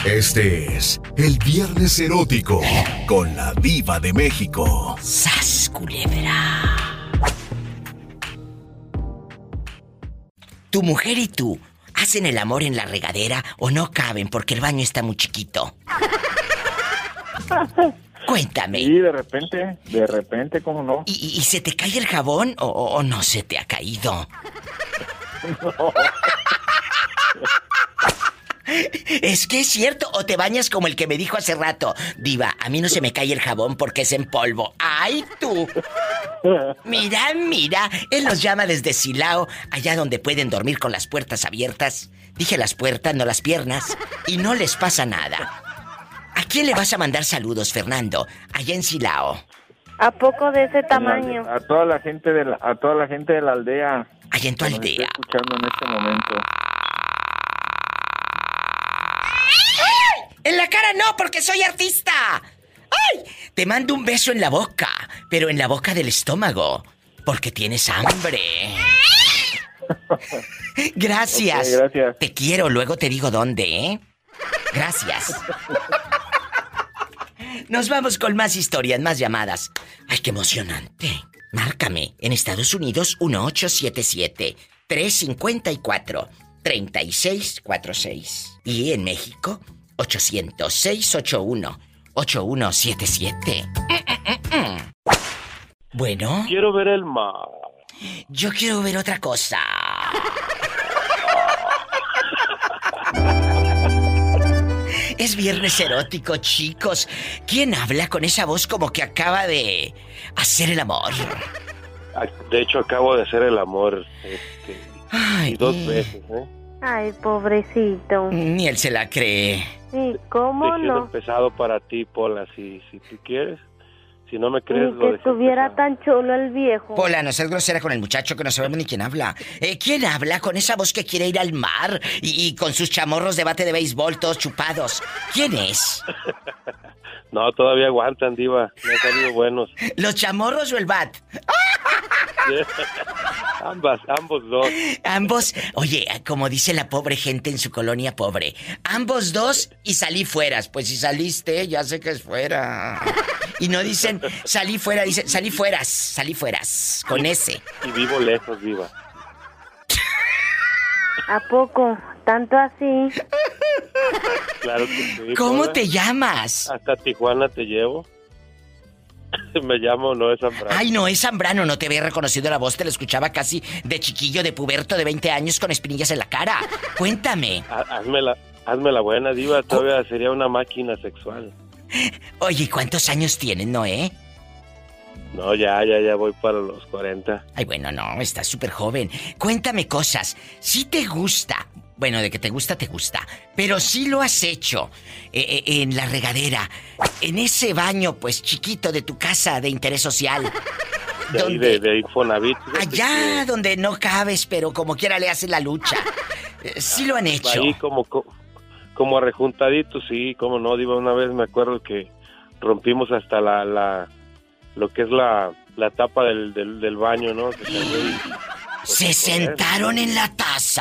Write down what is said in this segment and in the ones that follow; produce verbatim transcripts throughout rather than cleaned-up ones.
Este es el Viernes Erótico con la Diva de México. ¡Sas, culebra! ¿Tu mujer y tú hacen el amor en la regadera o no caben porque el baño está muy chiquito? Cuéntame. Sí, de repente, de repente, ¿cómo no? ¿Y, y, y se te cae el jabón o, o no se te ha caído? No. Es que es cierto, o te bañas como el que me dijo hace rato. Diva, a mí no se me cae el jabón porque es en polvo. ¡Ay, tú! Mira, mira, él los llama desde Silao, allá donde pueden dormir con las puertas abiertas. Dije las puertas, no las piernas. Y no les pasa nada. ¿A quién le vas a mandar saludos, Fernando, allá en Silao? ¿A poco de ese tamaño? A toda la gente de la, a toda la gente de la aldea. Allá en tu aldea. Estoy escuchando en este momento. En la cara no, porque soy artista. ¡Ay! Te mando un beso en la boca, pero en la boca del estómago, porque tienes hambre. Gracias. Okay, gracias. Te quiero, luego te digo dónde, ¿eh? Gracias. Nos vamos con más historias, más llamadas. ¡Ay, qué emocionante! Márcame en Estados Unidos uno ocho siete siete, tres cinco cuatro, tres seis cuatro seis. Y en México ochocientos, seiscientos ochenta y uno, ochenta y uno setenta y siete. Mm, mm, mm. Bueno. Quiero ver el mar. Yo quiero ver otra cosa. Es viernes erótico, chicos. ¿Quién habla con esa voz como que acaba de hacer el amor? De hecho, acabo de hacer el amor. Este, Ay, y dos eh. veces, ¿eh? Ay, pobrecito. Ni él se la cree. Sí, ¿cómo Te no? pesado para ti, Pola, si, si tú quieres. Si no me crees, Ni lo que dejé estuviera pesado. tan chulo el viejo. Pola, no seas grosera con el muchacho que no sabemos ni quién habla. Eh, ¿Quién habla con esa voz que quiere ir al mar y, y con sus chamorros de bate de béisbol todos chupados? ¿Quién es? No, todavía aguantan, diva. Me han salido buenos. ¿Los chamorros o el bat? Ambas, ambos dos. Ambos, oye, como dice la pobre gente en su colonia pobre, ambos dos y salí fueras. Pues si saliste, ya sé que es fuera. Y no dicen salí fuera, dicen salí fueras, salí fueras, con ese. Y vivo lejos, diva. ¿A poco? ¿Tanto así? Claro que sí. ¿Cómo Pola. te llamas? Hasta Tijuana te llevo. Me llamo Noé Zambrano. Ay, no, es Zambrano, no te había reconocido la voz, te la escuchaba casi de chiquillo, de puberto, de veinte años con espinillas en la cara. Cuéntame. Ha- Hazme la, hazme la buena, diva. Todavía sería una máquina sexual. Oye, ¿cuántos años tienes, Noé? No, ya, ya, ya voy para los cuarenta. Ay, bueno, no, estás súper joven. Cuéntame cosas. Si te gusta, bueno, de que te gusta, te gusta, pero si lo has hecho eh, eh, en la regadera, en ese baño, pues, chiquito de tu casa de interés social. De ahí, de, de Infonavit. Allá donde no cabes, pero como quiera le hacen la lucha. Eh, sí lo han hecho. Ahí como, co- como arrejuntaditos, sí, como no, diva. Una vez me acuerdo que rompimos hasta la, la lo que es la, la tapa del, del, del baño, ¿no? Se cayó y- Se sentaron en la taza.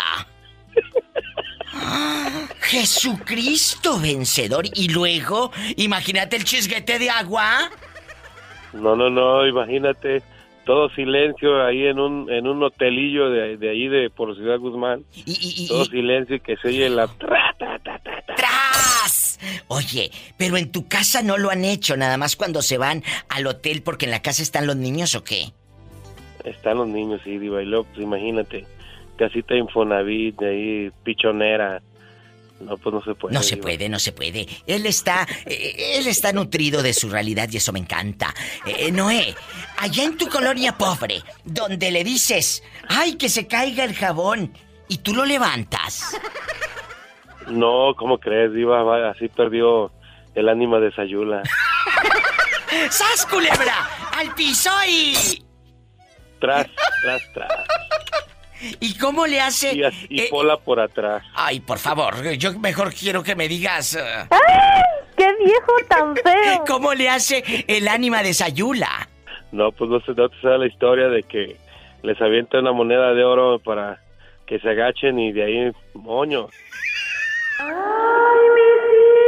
¡Ah! Jesucristo vencedor. Y luego, imagínate el chisguete de agua. No, no, no, imagínate, todo silencio ahí en un en un hotelillo de, de ahí de por Ciudad Guzmán. Y, y, y, Todo y- silencio y que se oye la... tra, tra, tra, tra, tra. ¡Tras! Oye, pero en tu casa no lo han hecho, nada más cuando se van al hotel porque en la casa están los niños, ¿o qué? Están los niños, sí, diva, y luego, pues imagínate, casita Infonavit, de ahí, pichonera. No, pues no se puede. No se diva. puede, no se puede. Él está, eh, él está nutrido de su realidad y eso me encanta. Eh, Noé, allá en tu colonia pobre, donde le dices, ¡ay, que se caiga el jabón! Y tú lo levantas. No, ¿cómo crees, diva? Va, así perdió el ánima de Sayula. ¡Sas, culebra! ¡Al piso y... Tras, tras, tras. ¿Y cómo le hace? Y, así, y eh, Pola por atrás. Ay, por favor, yo mejor quiero que me digas... eh, ¡Ay! ¡Qué viejo tan feo! ¿Cómo le hace el ánima de Sayula? No, pues no se no te sabe la historia de que les avienta una moneda de oro para que se agachen y de ahí moño. ¡Ay, mis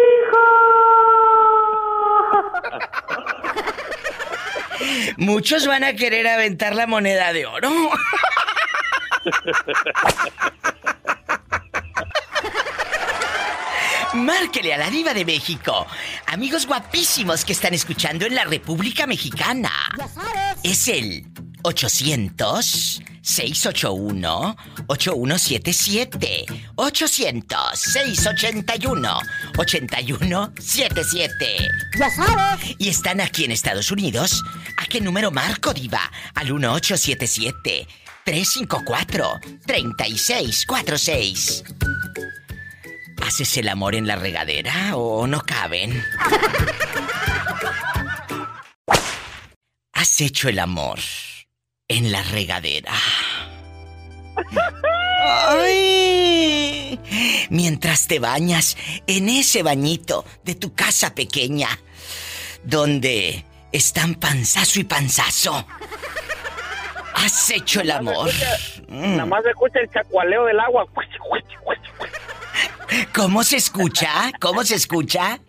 Muchos van a querer aventar la moneda de oro. Márquele a la Diva de México. Amigos guapísimos que están escuchando en la República Mexicana. Es el ochocientos, seiscientos ochenta y uno, ochenta y uno setenta y siete. ochocientos, seiscientos ochenta y uno, ochenta y uno setenta y siete. ¡Ya sabes! Y están aquí en Estados Unidos. ¿A qué número marco, Diva? Al uno ocho siete siete, tres cinco cuatro, tres seis cuatro seis. ¿Haces el amor en la regadera o no caben? ¿Has hecho el amor en la regadera? ¡Ay! Mientras te bañas en ese bañito de tu casa pequeña, donde están panzazo y panzazo. ¿Has hecho el amor? Nada más se escucha el chacualeo del agua. ¿Cómo se escucha? ¿Cómo se escucha?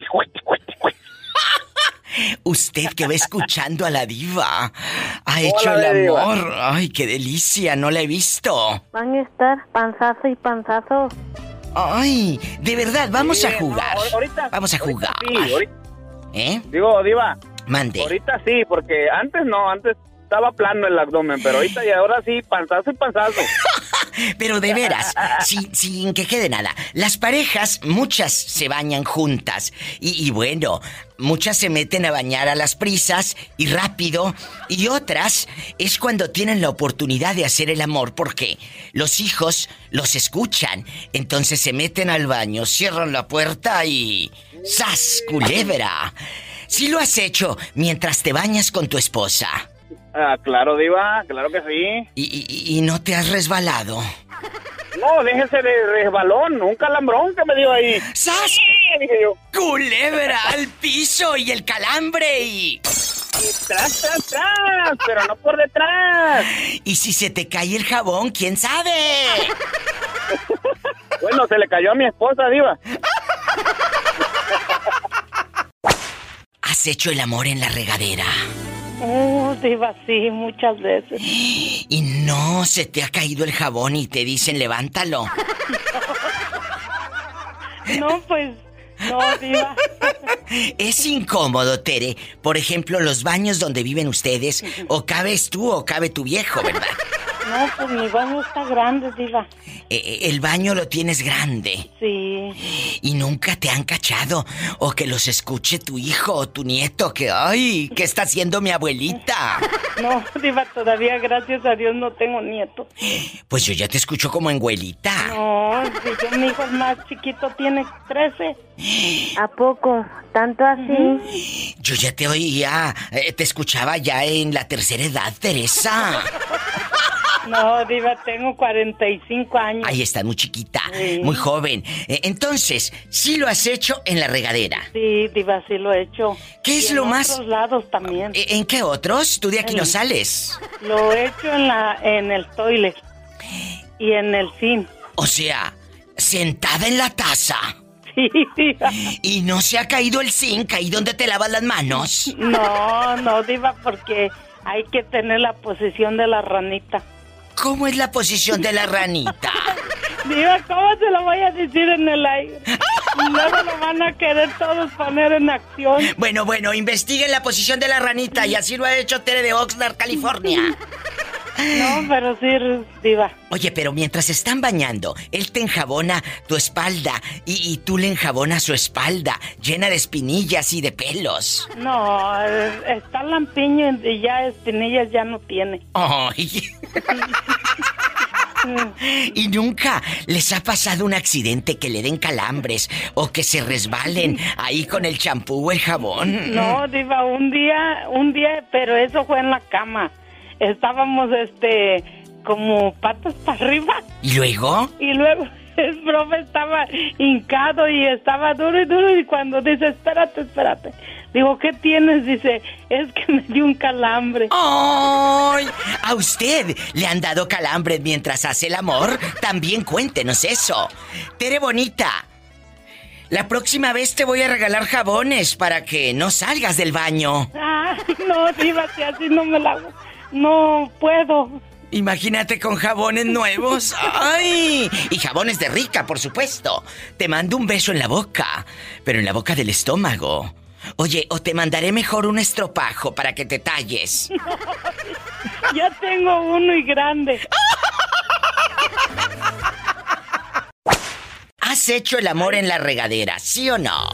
Usted que va escuchando a la Diva ha hecho Hola, el Diva. amor. Ay, qué delicia, no la he visto. Van a estar panzazo y panzazo. Ay, de verdad, vamos Sí, a jugar. no, ahorita- Vamos a ahorita jugar. sí, ahorita- ¿Eh? Digo, Diva, Mande. ahorita sí, porque antes no, antes estaba plano el abdomen, pero ahorita y ahora sí, panzazo y panzazo. Pero de veras, sin, sin que quede nada, las parejas, muchas se bañan juntas. Y, y bueno, muchas se meten a bañar a las prisas y rápido. Y otras es cuando tienen la oportunidad de hacer el amor porque los hijos los escuchan. Entonces se meten al baño, cierran la puerta y... ¡Sas, culebra! Sí lo has hecho mientras te bañas con tu esposa. Ah, claro, Diva, claro que sí. Y, y- y no te has resbalado. No, déjese de resbalón, un calambrón que me dio ahí. ¡Sas! Sí, dije yo. ¡Culebra al piso y el calambre! Y... Y tras, tras, tras, pero no por detrás. y si se te cae el jabón, ¿quién sabe? Bueno, se le cayó a mi esposa, Diva. ¿Has hecho el amor en la regadera? Oh, Diva, sí, muchas veces. Y no se te ha caído el jabón y te dicen levántalo. No, pues, no, Diva. Es incómodo, Tere. Por ejemplo, los baños donde viven ustedes, o cabes tú o cabe tu viejo, ¿verdad? No, pues mi baño está grande, Diva. Eh, el baño lo tienes grande. Sí. Y nunca te han cachado. O que los escuche tu hijo o tu nieto. Que, ay, ¿qué está haciendo mi abuelita? No, Diva, todavía, gracias a Dios, no tengo nieto. Pues yo ya te escucho como en abuelita. No, si yo, mi hijo el más chiquito tiene trece. ¿A poco? ¿Tanto así? Yo ya te oía. eh, te escuchaba ya en la tercera edad, Teresa. No, Diva, tengo cuarenta y cinco años. Ahí está, muy chiquita, Sí. muy joven. Eh, entonces, sí lo has hecho en la regadera. Sí, Diva, sí lo he hecho. ¿Qué es Y lo en más- otros lados también. Eh, ¿En qué otros? Tú de aquí no En- sales. Lo he hecho en la en el toilet y en el zinc. O sea, sentada en la taza. Sí, Diva. Y no se ha caído el zinc ahí donde te lavas las manos. No, no, Diva, porque hay que tener la posición de la ranita. ¿Cómo es la posición de la ranita? Diva, ¿cómo se lo voy a decir en el aire? Luego lo van a querer todos poner en acción. Bueno, bueno, investiguen la posición de la ranita y así lo ha hecho Tere de Oxnard, California. No, pero sí, Diva. Oye, pero mientras están bañando, él te enjabona tu espalda y, y tú le enjabonas su espalda, llena de espinillas y de pelos. No, eh, está lampiño y ya espinillas ya no tiene. Ay. ¿Y nunca les ha pasado un accidente que le den calambres o que se resbalen ahí con el champú o el jabón? No, Diva, un día, un día, pero eso fue en la cama. Estábamos, este, como patas para arriba. ¿Y luego? Y luego el profe estaba hincado y estaba duro y duro. Y cuando dice, espérate, espérate. Digo, ¿qué tienes? Dice, es que me dio un calambre. ¡Ay! ¿A usted le han dado calambres mientras hace el amor? También cuéntenos eso. Tere bonita, La próxima vez te voy a regalar jabones para que no salgas del baño. Ay, no, Diva, si así no me la... No puedo. Imagínate con jabones nuevos. ¡Ay! Y jabones de rica, por supuesto. Te mando un beso en la boca, pero en la boca del estómago. Oye, o te mandaré mejor un estropajo para que te talles. No, ya tengo uno y grande. ¿Has hecho el amor en la regadera, sí o no?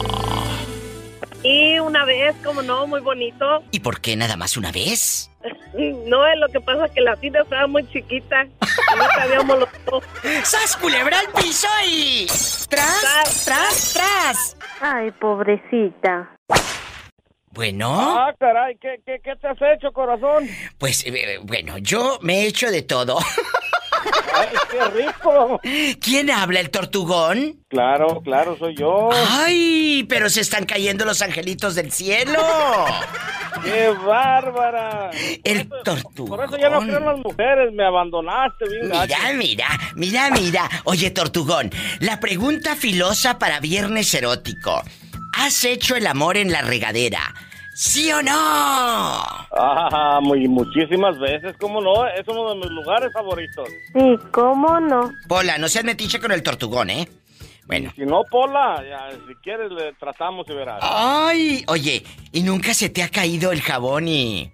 Y una vez, como no, muy bonito. ¿Y por qué nada más una vez? No, es lo que pasa que la cita estaba muy chiquita. No sabíamos los dos. ¡Sas, culebra al piso y... ¡Tras, tras, tras, tras! Ay, pobrecita. Bueno... Ah, caray, ¿qué, qué, qué te has hecho, corazón? Pues, eh, bueno, yo me he hecho de todo. ¡Ay, qué rico! ¿Quién habla, el tortugón? Claro, claro, soy yo. ¡Ay! Pero se están cayendo los angelitos del cielo. ¡Qué bárbara! El tortugón. Por eso ya no creo en las mujeres, me abandonaste, bien Mira, gacho. mira, mira, mira. Oye, tortugón, la pregunta filosa para viernes erótico. ¿Has hecho el amor en la regadera? ¿Sí o no? Ah, muy, muchísimas veces, ¿cómo no? Es uno de mis lugares favoritos. Sí, ¿cómo no? Pola, no seas metiche con el tortugón, ¿eh? Bueno. Si no, Pola, ya, si quieres le tratamos y verás. Ay, oye, ¿y nunca se te ha caído el jabón y...?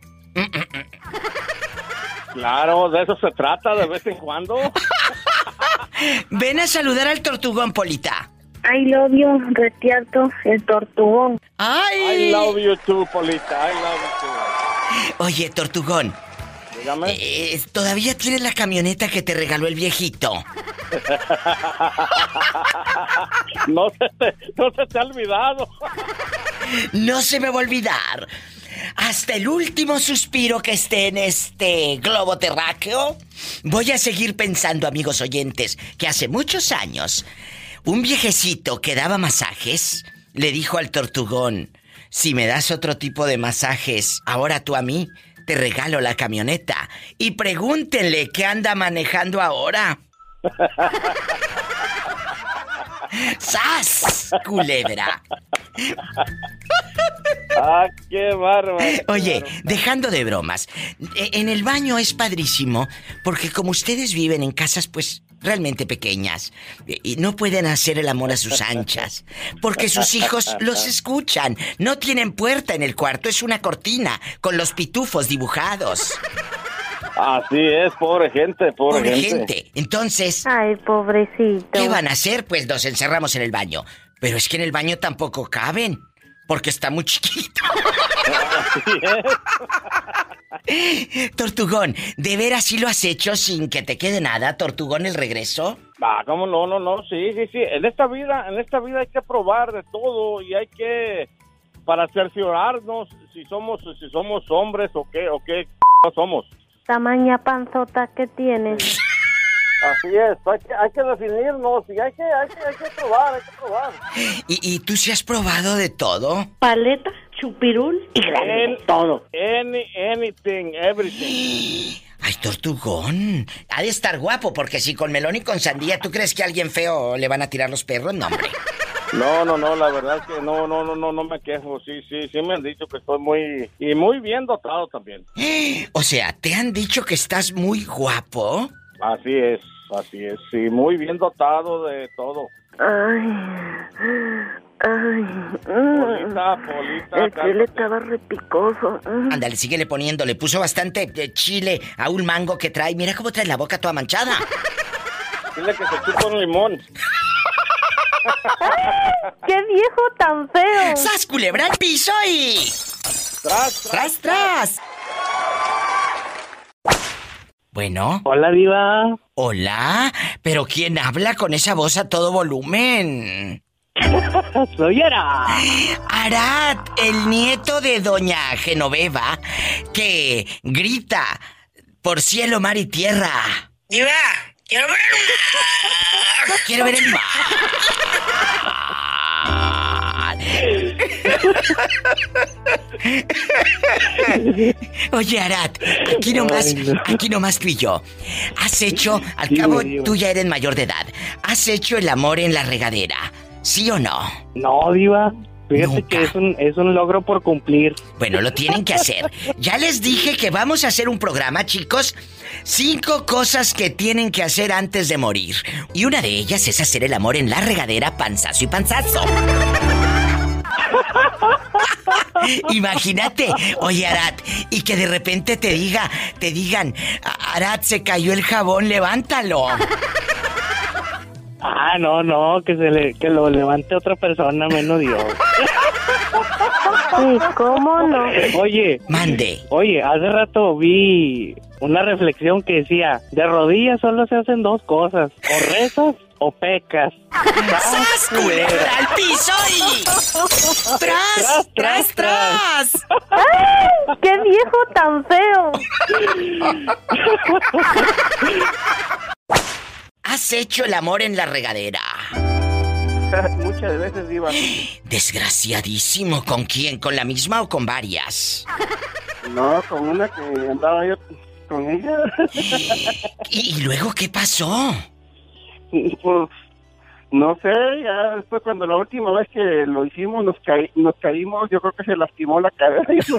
Claro, de eso se trata de vez en cuando. Ven a saludar al tortugón, Polita. I love you, Retiarto, el tortugón. ¡Ay! I love you too, Polita, I love you too. Oye, tortugón. Dígame. Eh, ¿Todavía tienes la camioneta que te regaló el viejito? No se te, no se te ha olvidado. No se me va a olvidar. Hasta el último suspiro que esté en este globo terráqueo, voy a seguir pensando, amigos oyentes, que hace muchos años un viejecito que daba masajes le dijo al tortugón: si me das otro tipo de masajes, ahora tú a mí, te regalo la camioneta. Y pregúntenle qué anda manejando ahora. ¡Sas, culebra! ¡Ah, qué bárbaro! Oye, dejando de bromas, en el baño es padrísimo porque como ustedes viven en casas, pues, realmente pequeñas, y no pueden hacer el amor a sus anchas, porque sus hijos los escuchan. No tienen puerta en el cuarto, es una cortina con los pitufos dibujados. Así es, pobre gente, pobre, Pobre gente. gente. Entonces, Ay, pobrecito. ¿qué van a hacer? Pues nos encerramos en el baño. Pero es que en el baño tampoco caben, porque está muy chiquito. Así es. Tortugón, ¿de veras sí lo has hecho sin que te quede nada, Tortugón, el regreso? Ah, cómo no, no, no, sí, sí, sí. En esta vida, en esta vida hay que probar de todo y hay que, para cerciorarnos si somos, si somos hombres o qué, o qué no somos. Tamaña panzota que tienes. Así es, hay que, hay que definirnos y hay que, hay que, hay que probar, hay que probar. ¿Y, y tú sí has probado de todo? Paleta, chupirul y grande. En, todo. Any, anything, everything. Ay, Tortugón, ha de estar guapo, porque si con melón y con sandía, ¿tú crees que a alguien feo le van a tirar los perros? No, hombre. No, no, no, la verdad es que no, no, no, no, no me quejo. Sí, sí, sí me han dicho que estoy muy, y muy bien dotado también. O sea, ¿te han dicho que estás muy guapo? Así es, así es, sí, muy bien dotado de todo. Ay, ay. Polita, Polita. El chile estaba repicoso. Ándale, síguele poniendo. Le puso bastante eh, chile a un mango que trae. Mira cómo trae la boca toda manchada. Dile que se chupa un limón. ¡Qué viejo tan feo! ¡Sas, culebra al piso y... Tras, ¡Tras, tras! Bueno. Hola, Diva. Hola, pero ¿quién habla con esa voz a todo volumen? Soy Arad. Arad, el nieto de doña Genoveva, que grita por cielo, mar y tierra. ¡Diva! ¡Quiero ver el mar! ¡Quiero ver el mar! Oye, Arad, aquí nomás, aquí nomás tú y yo. Has hecho, al Sí, cabo Diva. tú ya eres mayor de edad, has hecho el amor en la regadera. ¿Sí o no? No, Diva. Fíjate Nunca. que es un, es un logro por cumplir. Bueno, lo tienen que hacer. Ya les dije que vamos a hacer un programa, chicos. Cinco cosas que tienen que hacer antes de morir. Y una de ellas es hacer el amor en la regadera, panzazo y panzazo. Imagínate, oye Arat, y que de repente te diga, te digan, Arat, se cayó el jabón, levántalo. Ah, no, no, que se le, que lo levante otra persona, menos Dios. Sí, ¿cómo no? Oye, Mande. Oye, hace rato vi una reflexión que decía, de rodillas solo se hacen dos cosas, o rezas o pecas. ¡Sas, culebra al piso y... ¡Tras, tras, tras! ¡Ay! ¡Qué viejo tan feo! ¿Has hecho el amor en la regadera? Muchas veces, Diva. Desgraciadísimo. ¿Con quién? ¿Con la misma o con varias? No, con una que andaba yo con ella. ¿Y, y luego qué pasó? Pues, no sé, ya después cuando la última vez que lo hicimos nos, caí, nos caímos, yo creo que se lastimó la cabeza.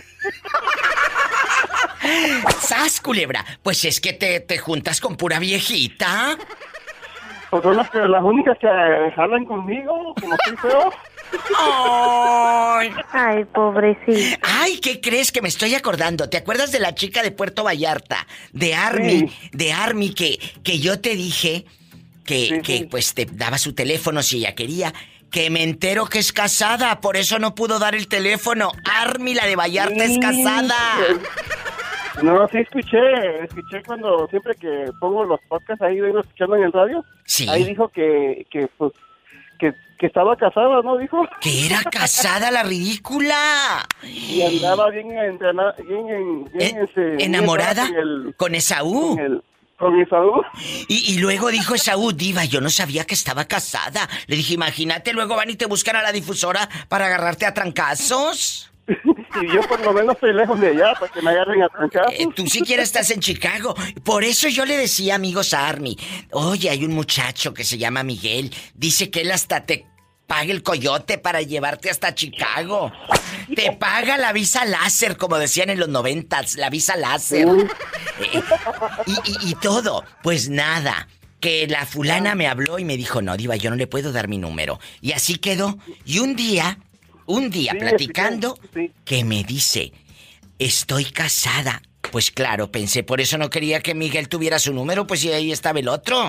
¡Sas, culebra! Pues es que te, te juntas con pura viejita. Pues son las, que, las únicas que jalan conmigo, como soy feo. ¡Ay! Ay, pobrecito. ¡Ay! ¿Qué crees que me estoy acordando? ¿Te acuerdas de la chica de Puerto Vallarta? De Army, Sí. de Army, que, que yo te dije que, Sí, que sí. pues te daba su teléfono si ella quería. Que me entero que es casada, por eso no pudo dar el teléfono. Army, la de Vallarta, es Sí. casada. No, sí escuché, escuché cuando siempre que pongo los podcasts ahí, vengo escuchando en el radio. Sí. Ahí dijo que, que pues, que, que estaba casada, ¿no? Dijo. Que era casada la ridícula. Y andaba bien entrenada, bien, en- bien, Eh, este, bien ¿Enamorada? con el- Con Esaú. con el- Con Esaú. Y, y luego dijo Esaú, diva, yo no sabía que estaba casada. Le dije, imagínate, luego van y te buscan a la difusora para agarrarte a trancazos. Y yo por lo menos estoy lejos de allá para que me agarren a trancar. Eh, tú siquiera estás en Chicago. Por eso yo le decía, amigos a Army, oye, hay un muchacho que se llama Miguel. Dice que él hasta te paga el coyote para llevarte hasta Chicago. Te paga la visa láser, como decían en los noventas, la visa láser. Eh, y, y, y todo. Pues nada, que la fulana me habló y me dijo, no, diva, yo no le puedo dar mi número. Y así quedó. Y un día, un día Sí, platicando, sí. que me dice, estoy casada. Pues claro, pensé, por eso no quería que Miguel tuviera su número, pues y ahí estaba el otro.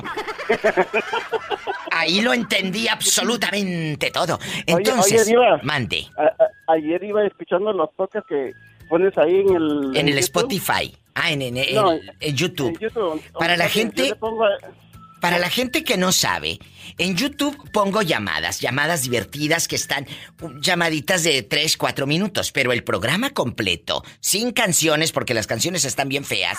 Ahí lo entendí absolutamente todo. Entonces, oye, Diva. mande. A- a- ayer iba escuchando los podcasts que pones ahí en el... En el YouTube. Spotify. Ah, en, en, en- No, en YouTube. En YouTube. Para la Entonces, gente... yo le pongo a- Para la gente que no sabe, en YouTube pongo llamadas, llamadas divertidas que están, uh, llamaditas de tres, cuatro minutos, pero el programa completo, sin canciones, porque las canciones están bien feas,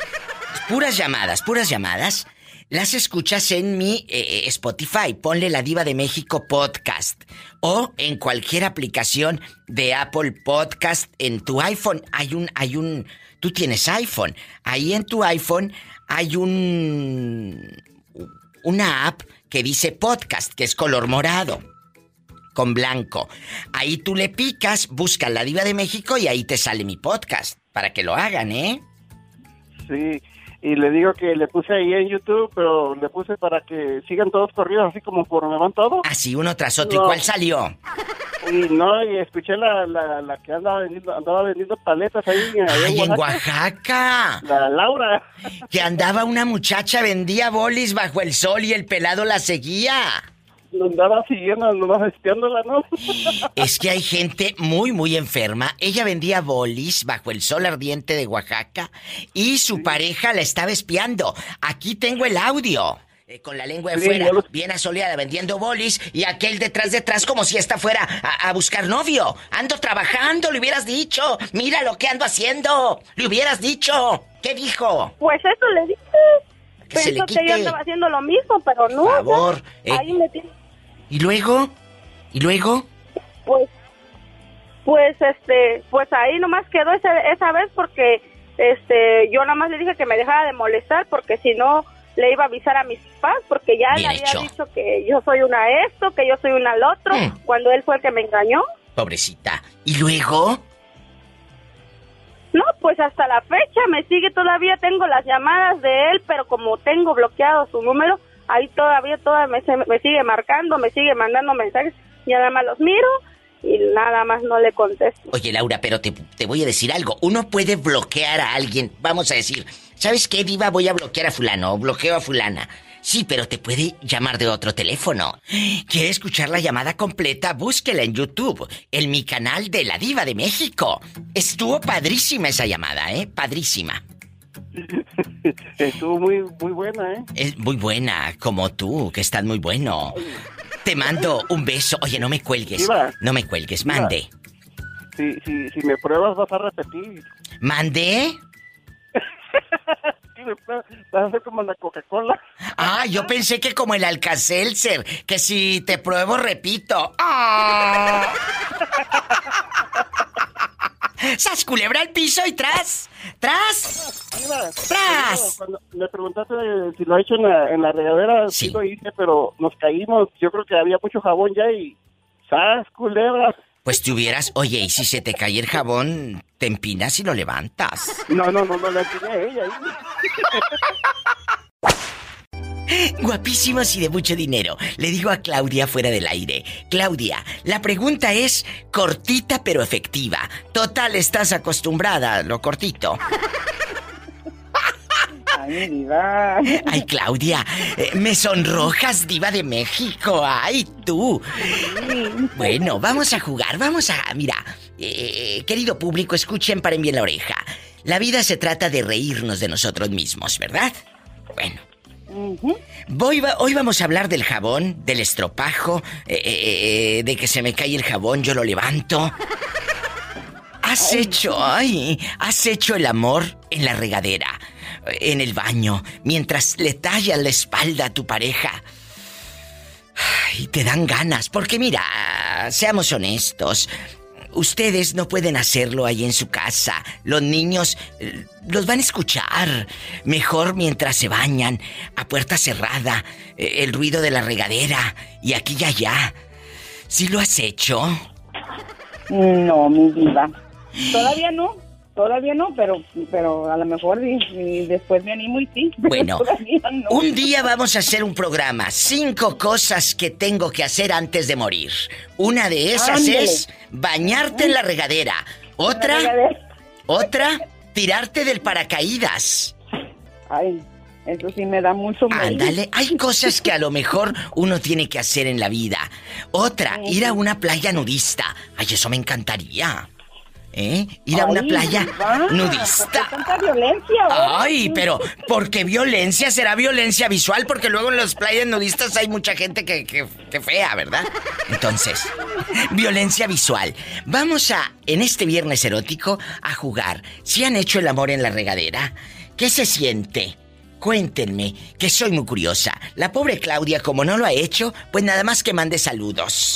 puras llamadas, puras llamadas, las escuchas en mi eh, Spotify, ponle La Diva de México Podcast, o en cualquier aplicación de Apple Podcast en tu iPhone, hay un, hay un, tú tienes iPhone, ahí en tu iPhone hay un... una app que dice podcast, que es color morado, con blanco. Ahí tú le picas, buscas La Diva de México y ahí te sale mi podcast, para que lo hagan, ¿eh? Sí, y le digo que le puse ahí en YouTube, pero le puse para que sigan todos corridos, así como por me van todos. Así uno tras otro. No. ¿Y cuál salió? Y no, y escuché la, la, la que andaba vendiendo, andaba vendiendo paletas ahí, en- allá ¡Ay, en Oaxaca. Oaxaca! La Laura. Que andaba una muchacha, vendía bolis bajo el sol y el pelado la seguía. Lo andaba siguiendo, nomás espiándola, ¿no? Es que hay gente muy, muy enferma. Ella vendía bolis bajo el sol ardiente de Oaxaca y su pareja la estaba espiando. Aquí tengo el audio. Eh, con la lengua de Sí, fuera, yo lo- bien asoleada, vendiendo bolis, y aquel detrás, detrás, como si esta fuera a, a buscar novio. Ando trabajando, le hubieras dicho. Mira lo que ando haciendo. Le hubieras dicho. ¿Qué dijo? Pues eso le dije. Que se le Pensó que yo quite. andaba haciendo lo mismo, pero no. Por favor, ya. eh. Ahí me tiene. ¿Y luego? ¿Y luego? Pues, pues, este, pues ahí nomás quedó ese, esa vez porque, este, yo nada más le dije que me dejara de molestar porque si no le iba a avisar a mis papás porque ya Bien le había hecho. dicho que yo soy una esto, que yo soy una al otro, Mm. cuando él fue el que me engañó. Pobrecita. ¿Y luego? No, pues hasta la fecha me sigue, todavía tengo las llamadas de él, pero como tengo bloqueado su número, ahí todavía toda me, se- me sigue marcando, me sigue mandando mensajes, y nada más los miro y nada más no le contesto. Oye, Laura, pero te, te voy a decir algo. Uno puede bloquear a alguien. Vamos a decir, ¿sabes qué, diva? Voy a bloquear a fulano o bloqueo a fulana. Sí, pero te puede llamar de otro teléfono. ¿Quiere escuchar la llamada completa? Búsquela en YouTube, en mi canal de La Diva de México. Estuvo padrísima esa llamada, ¿eh? Padrísima. Estuvo muy, muy buena, ¿eh? Es muy buena, como tú, que estás muy bueno. Te mando un beso. Oye, no me cuelgues. Diva. No me cuelgues. Diva. Mande. Si, si, si me pruebas vas a repetir. ¿Mande? Sí, me pruebas, vas a hacer como la Coca-Cola. Ah, yo pensé que como el Alka-Seltzer, que si te pruebo, repito. ¡Ah! ¡Sas, culebra al piso y tras! ¡Tras! Diva, ¡Tras! Diva, cuando me preguntaste si lo he hecho en la, en la regadera, sí. Sí. Lo hice, pero nos caímos. Yo creo que había mucho jabón ya y... ¡Sas, culebra! Pues te hubieras... Oye, y si se te cae el jabón, te empinas y lo levantas. No, no, no, no la tiene a ella. Guapísimos y de mucho dinero. Le digo a Claudia fuera del aire. Claudia, la pregunta es cortita pero efectiva. Total, estás acostumbrada a lo cortito. Ay, diva. Ay, Claudia, eh, me sonrojas, diva de México. Ay, tú. Bueno, vamos a jugar, vamos a... Mira, eh, querido público, escuchen, paren bien la oreja. La vida se trata de reírnos de nosotros mismos, ¿verdad? Bueno. Uh-huh. Voy, va, hoy vamos a hablar del jabón, del estropajo, eh, eh, eh, de que se me cae el jabón, yo lo levanto. Has Ay. hecho, ay, has hecho el amor en la regadera, en el baño, mientras le tallas la espalda a tu pareja. Ay, te dan ganas, porque mira, seamos honestos, ustedes no pueden hacerlo ahí en su casa. Los niños eh, los van a escuchar. Mejor mientras se bañan, a puerta cerrada, eh, el ruido de la regadera y aquí y allá. ¿Sí lo has hecho? No, mi diva. Todavía no, todavía no, pero pero a lo mejor y, y después me animo y sí. Bueno, Todavía no. un día vamos a hacer un programa. Cinco cosas que tengo que hacer antes de morir. Una de esas Ándale. es bañarte en la regadera. Otra, En la regadera. otra, tirarte del paracaídas. Ay, eso sí me da mucho miedo. Ándale, hay cosas que a lo mejor uno tiene que hacer en la vida. Otra, ir a una playa nudista. Ay, eso me encantaría. ¿Eh? Ir a una Ay, playa diva, ¿por qué nudista. tanta violencia ahora? Ay, pero ¿por qué violencia? ¿Será violencia visual? Porque luego en las playas nudistas hay mucha gente que, que, que fea, ¿verdad? Entonces, violencia visual. Vamos a, en este viernes erótico, a jugar. ¿Si han hecho el amor en la regadera? ¿Qué se siente? Cuéntenme, que soy muy curiosa. La pobre Claudia, como no lo ha hecho, pues nada más que mande saludos.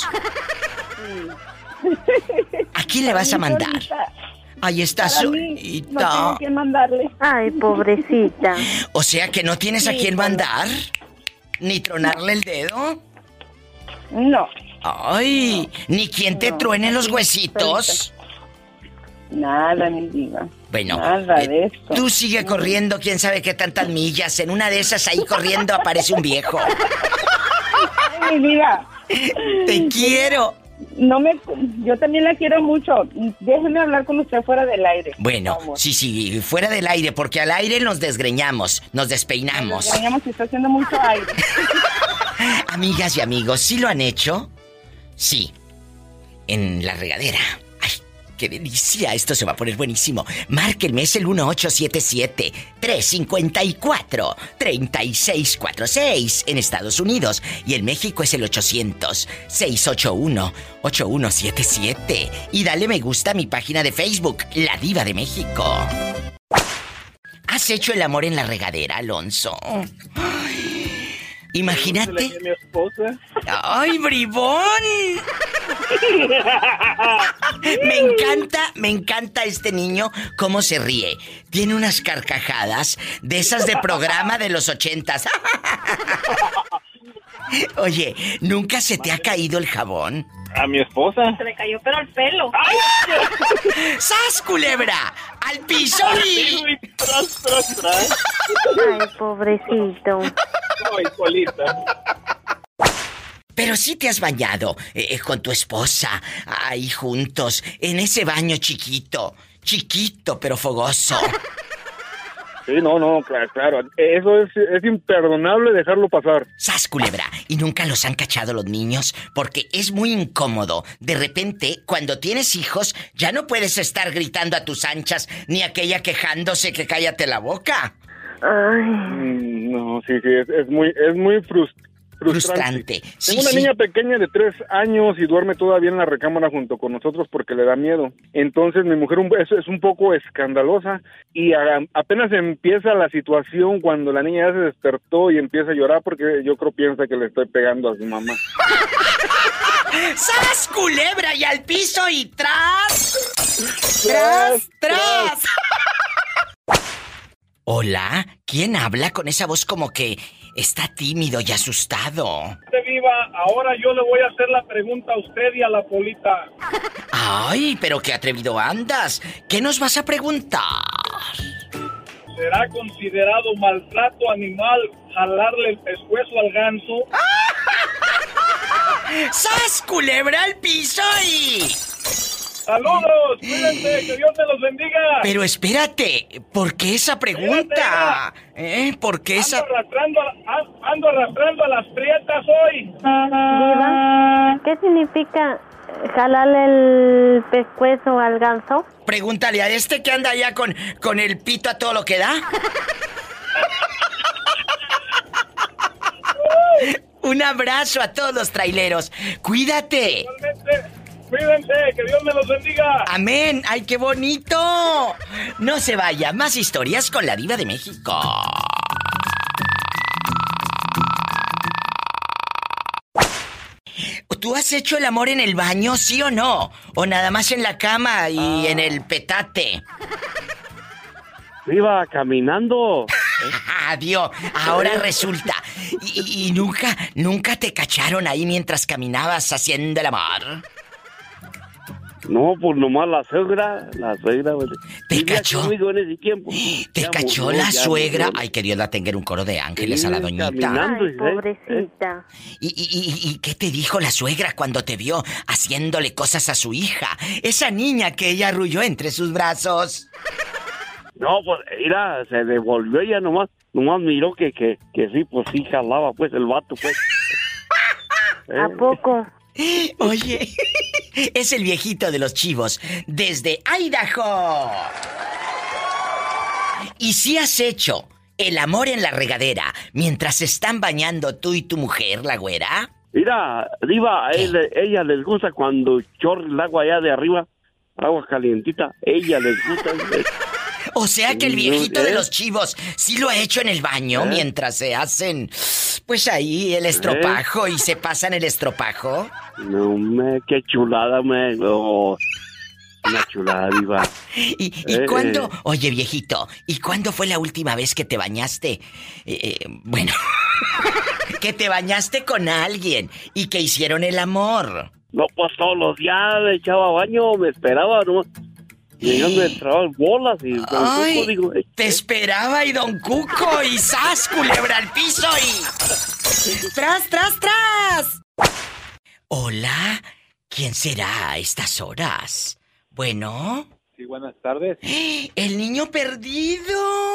¿A quién le vas a mandar? Ahí está Para mí, solita. no tengo que mandarle. Ay, pobrecita. O sea que no tienes a Sí, quién bueno. mandar, ni tronarle el dedo. No, Ay, ni quien te No, truene los así, huesitos. nada, mi diva. Bueno, Nada eh, de esto. tú sigue corriendo, quién sabe qué tantas millas. En una de esas ahí corriendo aparece un viejo. Ay, mi diva. Te quiero. No me, yo también la quiero mucho. Déjeme hablar con usted fuera del aire. Bueno, por favor. sí, sí, fuera del aire, porque al aire nos desgreñamos, nos despeinamos. Veamos si está haciendo mucho aire. Amigas y amigos, ¿sí lo han hecho? Sí. En la regadera. ¡Ay, qué delicia! Esto se va a poner buenísimo. Márquenme, es el uno ocho siete siete, tres cinco cuatro, tres seis cuatro seis en Estados Unidos. Y en México es el ochocientos, seiscientos ochenta y uno, ochenta y uno setenta y siete. Y dale me gusta a mi página de Facebook, La Diva de México. ¿Has hecho el amor en la regadera, Alonso? Ay. Imagínate. Mi esposa. ¡Ay, bribón! Me encanta, me encanta este niño cómo se ríe. Tiene unas carcajadas de esas de programa de los ochentas. Oye, ¿nunca se te ha caído el jabón? A mi esposa. Se le cayó pero el pelo. ¡Sas, culebra! ¡Al piso y... Tras, tras, tras. Ay, pobrecito. Ay, Polita. Pero sí te has bañado eh, con tu esposa, ahí juntos, en ese baño chiquito, chiquito pero fogoso. Sí, no, no, claro, claro. Eso es, es imperdonable dejarlo pasar. ¡Sas, culebra! Y nunca los han cachado los niños porque es muy incómodo. De repente, cuando tienes hijos, ya no puedes estar gritando a tus anchas ni aquella quejándose que cállate la boca. Ay. Mm, no, sí, sí, es, es muy, es muy frustrante. Frustrante. Sí, Tengo una sí. niña pequeña de tres años y duerme todavía en la recámara junto con nosotros porque le da miedo. Entonces mi mujer un- es, es un poco escandalosa y a- apenas empieza la situación cuando la niña ya se despertó y empieza a llorar porque yo creo piensa que le estoy pegando a su mamá. ¡Sas, culebra! Y al piso y tras. ¡Tras, tras! Hola, ¿quién habla con esa voz como que está tímido y asustado? Viva, ahora yo le voy a hacer la pregunta a usted y a la Polita. Ay, pero qué atrevido andas. ¿Qué nos vas a preguntar? ¿Será considerado maltrato animal jalarle el pescuezo al ganso? ¡Sas, culebra al piso y... ¡Saludos! ¡Cuídense! ¡Que Dios te los bendiga! Pero espérate, ¿por qué esa pregunta? ¿Eh? ¿Por qué esa...? Ando arrastrando, a, ando arrastrando a las prietas hoy. Diva, ¿qué significa jalarle el pescuezo al ganso? Pregúntale a este que anda allá con, con el pito a todo lo que da. Un abrazo a todos los traileros. ¡Cuídate! Igualmente. Cuídense, que Dios me los bendiga. ¡Amén! ¡Ay, qué bonito! No se vaya, más historias con la Diva de México. ¿Tú has hecho el amor en el baño, sí o no? ¿O nada más en la cama y ah. en el petate? Iba caminando. Adiós. Ahora resulta. Y, y, y nunca, nunca te cacharon ahí mientras caminabas haciendo el amor. No, pues nomás la suegra, la suegra, güey. ¿Te cachó? Conmigo en ese tiempo. ¿Te ya cachó murió, la ya suegra? murió. Ay, que Dios la tenga en un coro de ángeles Sí, a la doñita. caminando, Ay, pobrecita. ¿Y, y, y, ¿Y qué te dijo la suegra cuando te vio haciéndole cosas a su hija? Esa niña que ella arrulló entre sus brazos. No, pues, mira, se devolvió ella nomás, nomás miró que, que, que sí, pues sí jalaba, pues, el vato, pues. ¿A Eh. poco? Oye, es el viejito de los chivos, desde Idaho. ¿Y si has hecho el amor en la regadera mientras se están bañando tú y tu mujer, la güera? Mira, Diva, a él- ella les gusta cuando chorre el agua allá de arriba, agua calientita, ella les gusta. O sea que el viejito ¿Eh? de los chivos sí lo ha hecho en el baño ¿Eh? mientras se hacen, pues ahí el estropajo y se pasan el estropajo. No, me, qué chulada, me. Oh, una chulada, Diva. ¿Y, y Eh, cuándo? eh. Oye, viejito, ¿y cuándo fue la última vez que te bañaste? Eh, eh, bueno, que te bañaste con alguien y que hicieron el amor. No, pues todos los días me echaba baño, me esperaba, ¿no? Llegando de trabajo, bolas y... Ay, digo, eh, te esperaba y don Cuco y sas, culebra al piso y... ¡Tras, tras, tras! Hola, ¿quién será a estas horas? Bueno... Sí, buenas tardes. ¡El niño perdido!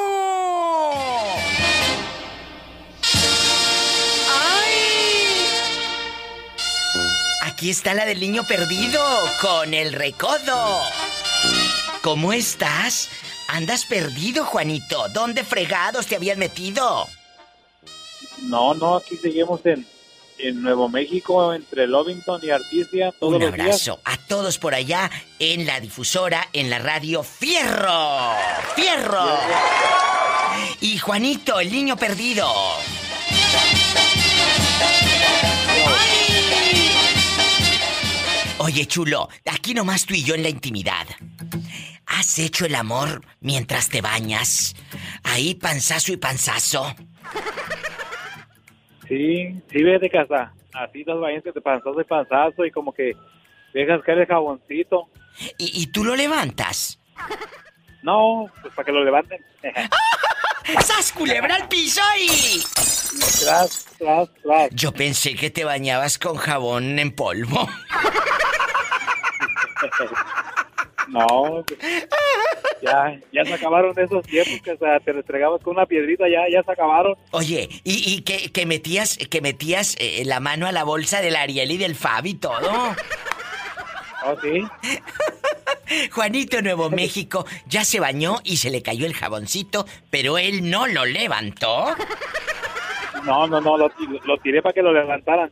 ¡Ay! Aquí está la del niño perdido, con el recodo. ¿Cómo estás? Andas perdido, Juanito. ¿Dónde fregados te habían metido? No, no, aquí seguimos en, en Nuevo México, entre Lovington y Artesia, todos Un los días. abrazo a todos por allá en la difusora, en la radio Fierro. ¡Fierro! Y Juanito, el niño perdido. Oye, chulo, aquí nomás tú y yo en la intimidad. ¿Has hecho el amor mientras te bañas? Ahí panzazo y panzazo. Sí, sí, ves de casa. Así los baños que te panzazo y panzazo y como que dejas caer el jaboncito. ¿Y, y tú lo levantas? No, pues para que lo levanten. ¡Sas, culebra al piso y... Tras, tras, tras. Yo pensé que te bañabas con jabón en polvo. No, ya, ya se acabaron esos tiempos que o sea, te restregabas con una piedrita, ya, ya se acabaron. Oye, y, y que, que metías, que metías eh, la mano a la bolsa del Ariel y del Fabi y todo. Oh, sí. Juanito, Nuevo México, ya se bañó y se le cayó el jaboncito, pero él no lo levantó. No, no, no, lo, lo tiré para que lo levantaran.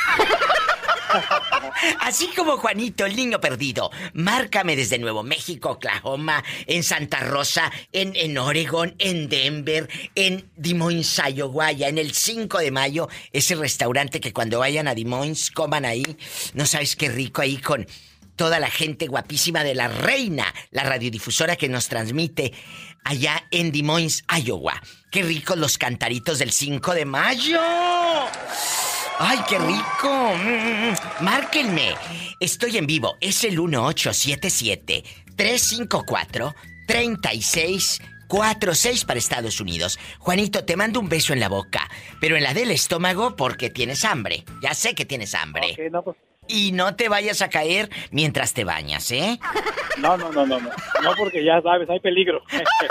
Así como Juanito, el niño perdido. Márcame desde Nuevo México, Oklahoma, en Santa Rosa, en, en Oregon, en Denver, en Des Moines, Iowa, en el cinco de mayo. Ese restaurante que cuando vayan a Des Moines coman ahí. No sabes qué rico ahí con toda la gente guapísima de La Reina, la radiodifusora que nos transmite allá en Des Moines, Iowa. Qué ricos los cantaritos del cinco de mayo. ¡Ay, qué rico! Mm, márquenme. Estoy en vivo. Es el uno ocho siete siete, tres cinco cuatro, tres seis cuatro seis para Estados Unidos. Juanito, te mando un beso en la boca, pero en la del estómago porque tienes hambre. Ya sé que tienes hambre. Okay, no, pues... Y no te vayas a caer mientras te bañas, ¿eh? No, no, no, no, no. No, porque ya sabes, hay peligro.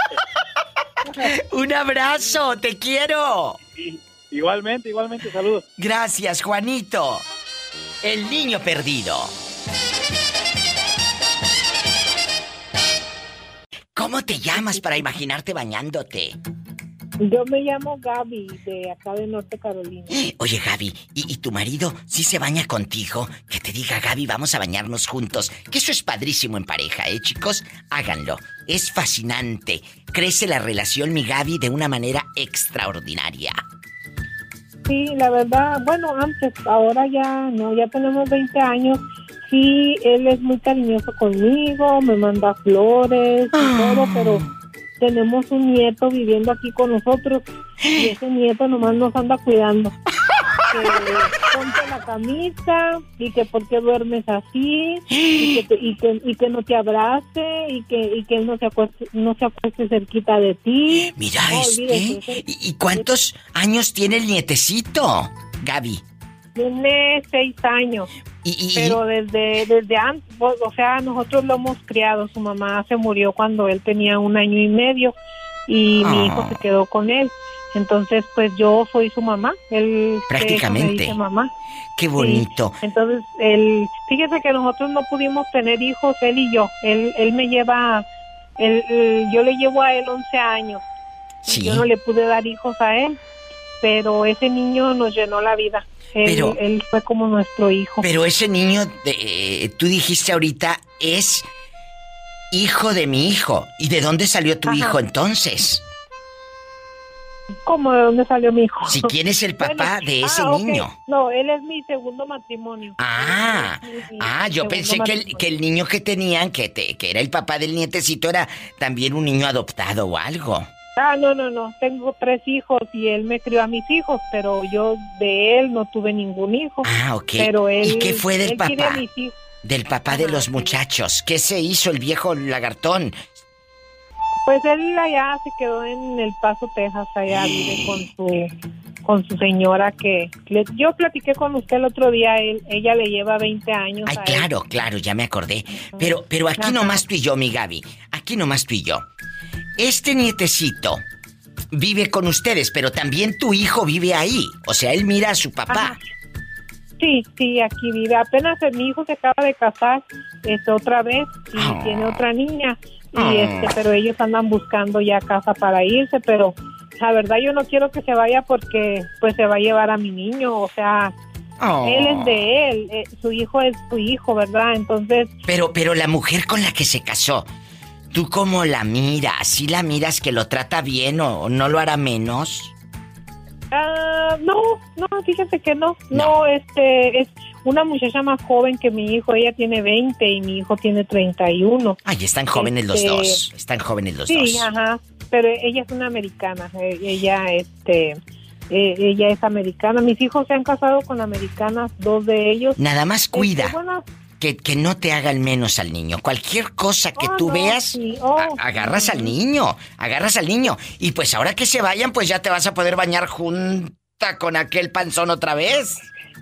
Un abrazo, te quiero. Sí. Igualmente, igualmente, saludos. Gracias, Juanito. El niño perdido. ¿Cómo te llamas para imaginarte bañándote? Yo me llamo Gaby, de acá de Norte Carolina. Oye, Gaby, ¿y, y tu marido sí se baña contigo? Que te diga, Gaby, vamos a bañarnos juntos. Que eso es padrísimo en pareja, ¿eh, chicos? Háganlo. Es fascinante. Crece la relación, mi Gaby, de una manera extraordinaria. Sí, la verdad, bueno, antes, ahora ya no, ya tenemos veinte años. Sí, él es muy cariñoso conmigo, me manda flores y Ah. todo, pero tenemos un nieto viviendo aquí con nosotros y ese nieto nomás nos anda cuidando. Que ponte la camisa y que por qué duermes así y que, te- y que, y que no te abrace y que, y que él no se acueste, no se acueste cerquita de ti. Mira, No, este. olvídese. ¿Y, y cuántos años tiene el nietecito, Gaby? Tiene seis años. Y, y- Pero desde, desde antes, o o sea, nosotros lo hemos criado. Su mamá se murió cuando él tenía un año y medio y mi hijo Ah. se quedó con él. Entonces, pues yo soy su mamá. Él Prácticamente. me dice mamá. Qué bonito. Sí. Entonces, él, fíjese que nosotros no pudimos tener hijos, él y yo. Él, él me lleva, él, él- yo le llevo a él once años. Sí. Yo no le pude dar hijos a él, pero ese niño nos llenó la vida. Él, Pero- él fue como nuestro hijo. Pero ese niño, de, eh, tú dijiste ahorita, es hijo de mi hijo. ¿Y de dónde salió tu Ajá. hijo entonces? ¿Cómo de dónde salió mi hijo? Si quién es el papá Bueno, de ese ah, ok. niño. No, él es mi segundo matrimonio. Ah, Él es mi ah, yo segundo pensé que el, matrimonio. que el niño que tenían, que, te, que era el papá del nietecito, era también un niño adoptado o algo. Ah, no, no, no. Tengo tres hijos y él me crió a mis hijos, pero yo de él no tuve ningún hijo. Ah, ok. Pero él, ¿Y qué fue del él quiere a papá? mis hijos. Del papá de los muchachos. ¿Qué se hizo el viejo lagartón? Pues él allá se quedó en El Paso, Texas, allá vive con su con su señora que le- yo platiqué con usted el otro día, él, ella le lleva veinte años. Ay, a él. claro, claro, ya me acordé. Pero, pero aquí Ajá. nomás tú y yo, mi Gaby. Aquí nomás tú y yo. Este nietecito vive con ustedes, pero también tu hijo vive ahí. O sea, él mira a su papá. Ajá. Sí, sí, aquí vive. Apenas mi hijo se acaba de casar este, otra vez y Ah. tiene otra niña. Y Ah. este, pero ellos andan buscando ya casa para irse, pero la verdad yo no quiero que se vaya porque pues se va a llevar a mi niño, o sea, Oh. él es de él, eh, su hijo es su hijo, ¿verdad? Entonces, Pero, pero la mujer con la que se casó, ¿tú cómo la miras? ¿Sí la miras que lo trata bien o no lo hará menos? ah, no, no, fíjese que no, no, este, es, una muchacha más joven que mi hijo, ella tiene veinte y mi hijo tiene treinta y uno. Ay, están jóvenes Este, los dos, están jóvenes los sí, dos. Sí, ajá, pero ella es una americana, eh, ella, este, eh, ella es americana. Mis hijos se han casado con americanas, dos de ellos. Nada más cuida. Este, bueno, Que, que no te hagan menos al niño. Cualquier cosa que Oh, tú no, veas, sí. Oh, a- agarras al niño, agarras al niño. Y pues ahora que se vayan, pues ya te vas a poder bañar junta con aquel panzón otra vez.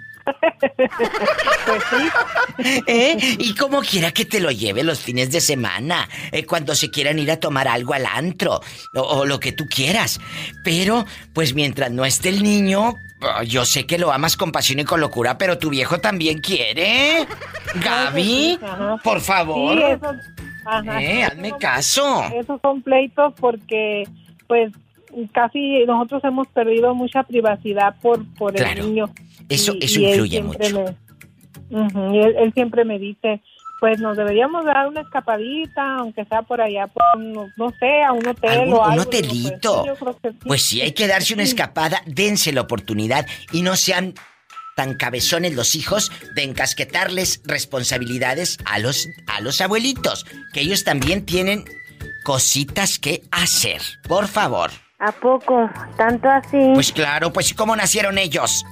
Pues sí. ¿Eh? Y como quiera que te lo lleve los fines de semana, eh, cuando se quieran ir a tomar algo al antro, o, o lo que tú quieras. Pero, pues mientras no esté el niño, oh, yo sé que lo amas con pasión y con locura, pero tu viejo también quiere. Gaby, Ajá. por favor. Sí, eso, ajá. Eh, hazme caso. Esos son pleitos porque, pues, casi nosotros hemos perdido mucha privacidad por, por Claro. el niño. Eso, Y- eso y él influye siempre mucho. me- Ujú, y él, él siempre me dice, pues nos deberíamos dar una escapadita, aunque sea por allá, por un- no sé, a un hotel Algún- o un algo. hotelito. Digo, pues, sí, yo creo que sí. Pues si hay que darse una escapada, dense la oportunidad y no sean tan cabezones los hijos de encasquetarles responsabilidades a los, a los abuelitos, que ellos también tienen cositas que hacer. Por favor. ¿A poco? ¿Tanto así? Pues claro, pues ¿cómo nacieron ellos?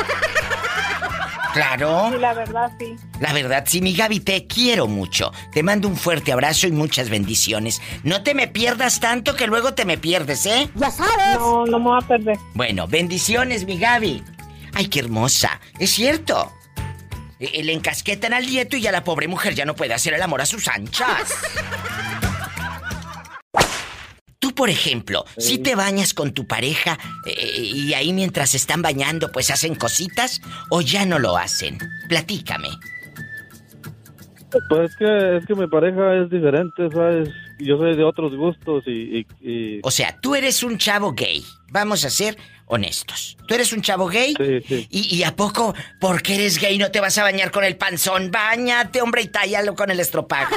Claro. Sí, la verdad, sí. La verdad, sí, mi Gaby, te quiero mucho. Te mando un fuerte abrazo y muchas bendiciones. No te me pierdas tanto que luego te me pierdes, ¿eh? Ya sabes. No, no me voy a perder. Bueno, bendiciones, mi Gaby. Ay, qué hermosa. Es cierto. E- Le encasquetan al nieto y ya la pobre mujer ya no puede hacer el amor a sus anchas. Tú, por ejemplo, si te bañas con tu pareja eh, y ahí mientras están bañando pues hacen cositas o ya no lo hacen. Platícame. Pues es que, es que mi pareja es diferente, ¿sabes? Yo soy de otros gustos y... y, y... O sea, tú eres un chavo gay. Vamos a ser honestos. Tú eres un chavo gay. Sí, sí. ¿Y, y a poco, porque eres gay, no te vas a bañar con el panzón? Báñate, hombre, y tállalo con el estropajo.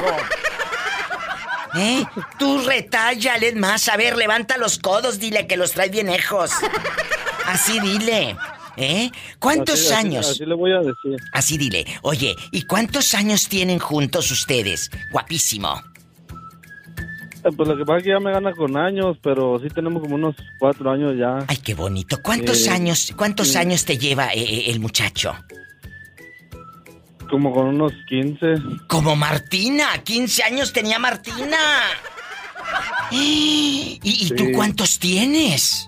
¿Eh? Tú retállale más. A ver, levanta los codos, dile que los trae bien lejos. Así dile. ¿Eh? ¿Cuántos Así- así- años? Así le voy a decir. Así dile. Oye, ¿y cuántos años tienen juntos ustedes? Guapísimo. Eh, Pues lo que pasa es que ya me gana con años, pero sí tenemos como unos cuatro años ya. Ay, qué bonito. ¿Cuántos Eh, años, cuántos sí. años te lleva eh, eh, el muchacho? Como con unos quince. Como Martina, quince años tenía Martina. ¿Y, y tú Sí. cuántos tienes?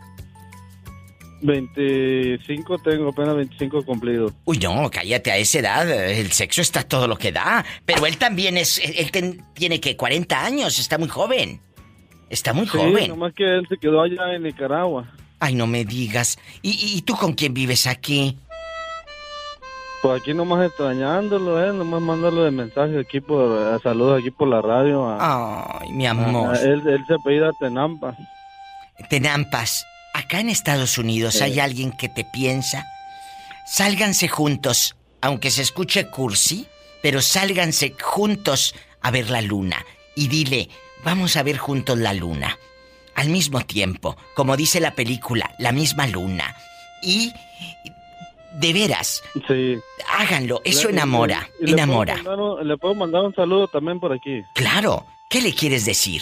veinticinco tengo, apenas veinticinco cumplidos. Uy, no, cállate, a esa edad el sexo está todo lo que da. Pero él también es, él, él ten- tiene que cuarenta años, está muy joven. Está muy Sí, joven. nomás que él se quedó allá en Nicaragua. Ay, no me digas. ¿Y, y- y tú con quién vives aquí? Pues aquí nomás extrañándolo, eh, nomás mandarlo de mensaje aquí por, a saludos aquí por la radio. A, Ay, mi amor. a- él, él se apellida Tenampa. Tenampas, acá en Estados Unidos Sí. hay alguien que te piensa. Sálganse juntos, aunque se escuche cursi, pero sálganse juntos a ver la luna. Y dile, vamos a ver juntos la luna. Al mismo tiempo, como dice la película, la misma luna. Y, de veras, Sí. háganlo, eso Le- enamora, le- y le puedo enamora. mandar un- Le puedo mandar un saludo también por aquí. Claro, ¿qué le quieres decir?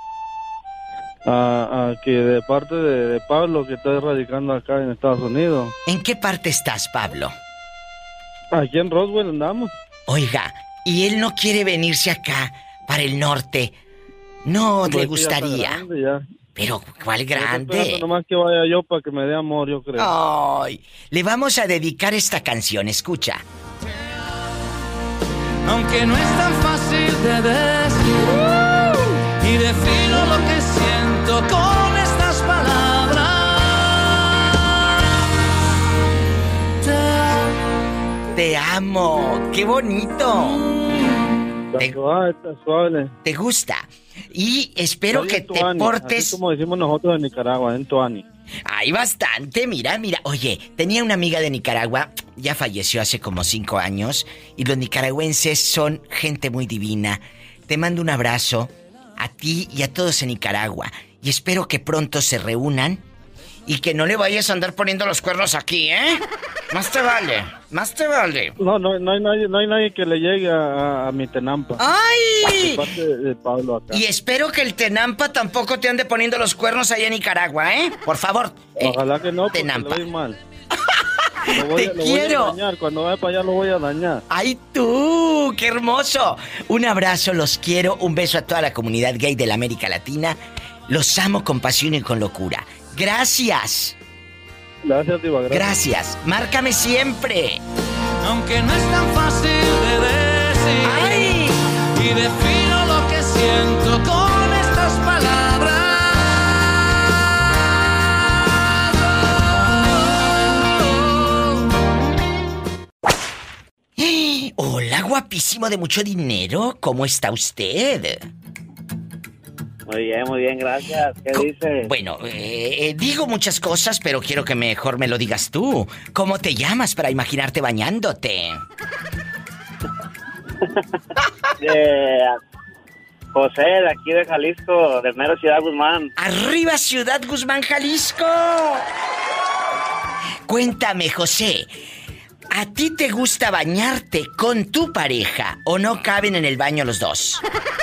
A, a que de parte de, de Pablo, que está radicando acá en Estados Unidos. ¿En qué parte estás, Pablo? Aquí en Roswell andamos. Oiga, ¿y él no quiere venirse acá, para el norte? No Pues le que ya está gustaría. grande ya. Pero, ¿cuál Estoy esperando grande? nomás que vaya yo para que me dé amor, yo creo. Ay, le vamos a dedicar esta canción, escucha. Aunque no es tan fácil de decir y defino lo que siento con estas palabras. Te amo. Te amo, qué bonito. Está suave, está suave. ¿Te gusta? Y espero Soy que en te Tuani, portes... así como decimos nosotros en Nicaragua, en Tuani. Hay bastante, mira, mira. Oye, tenía una amiga de Nicaragua, ya falleció hace como cinco años, y los nicaragüenses son gente muy divina. Te mando un abrazo a ti y a todos en Nicaragua, y espero que pronto se reúnan Y que no le vayas a andar poniendo los cuernos aquí, ¿eh? Más te vale, más te vale. No, no, no hay nadie, no hay nadie que le llegue a, a mi tenampa. ¡Ay! De parte de, de Pablo acá. Y espero que el tenampa tampoco te ande poniendo los cuernos allá en Nicaragua, ¿eh? Por favor. Ojalá eh, que no, porque tenampa. le voy mal. Lo voy, Te lo quiero. Voy a dañar. Cuando vaya para allá lo voy a dañar. ¡Ay, tú! ¡Qué hermoso! Un abrazo, los quiero. Un beso a toda la comunidad gay de la América Latina. Los amo con pasión y con locura. ¡Gracias! Gracias, Diva. Gracias. Gracias. Márcame siempre. Aunque no es tan fácil de decir. ¡Ay! Y defino lo que siento con estas palabras. Hola, guapísimo de mucho dinero. ¿Cómo está usted? Muy bien, muy bien, gracias. ¿Qué dices? Bueno, eh, digo muchas cosas, pero quiero que mejor me lo digas tú. ¿Cómo te llamas para imaginarte bañándote? De José, de aquí de Jalisco, de mero Ciudad Guzmán. ¡Arriba Ciudad Guzmán, Jalisco! Cuéntame, José, ¿a ti te gusta bañarte con tu pareja o no caben en el baño los dos?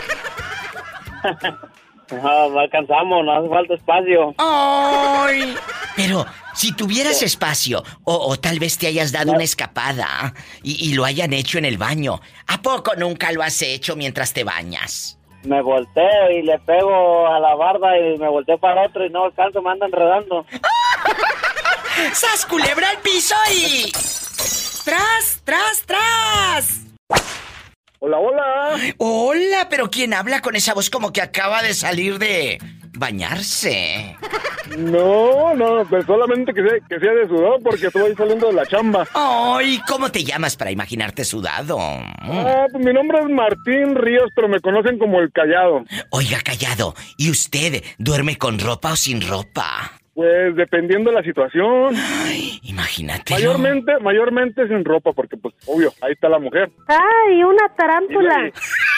No, no alcanzamos, no hace falta espacio. ¡Ay! Pero si tuvieras espacio, o, o tal vez te hayas dado una escapada y, y lo hayan hecho en el baño, ¿a poco nunca lo has hecho mientras te bañas? Me volteo y le pego a la barda y me volteo para otro y no alcanzo, me ando enredando. ¡Sas, culebra al piso y... ¡Tras, tras, tras! Hola, hola. Hola, pero ¿quién habla con esa voz como que acaba de salir de bañarse? No, no, pero solamente que sea, que sea de sudor porque estoy saliendo de la chamba. Ay, ¿cómo te llamas para imaginarte sudado? Ah, pues mi nombre es Martín Ríos, pero me conocen como el Callado. Oiga, Callado, ¿y usted duerme con ropa o sin ropa? Pues dependiendo de la situación. Ay, imagínate. Mayormente, mayormente sin ropa, porque pues, obvio, ahí está la mujer. ¡Ay, una tarántula!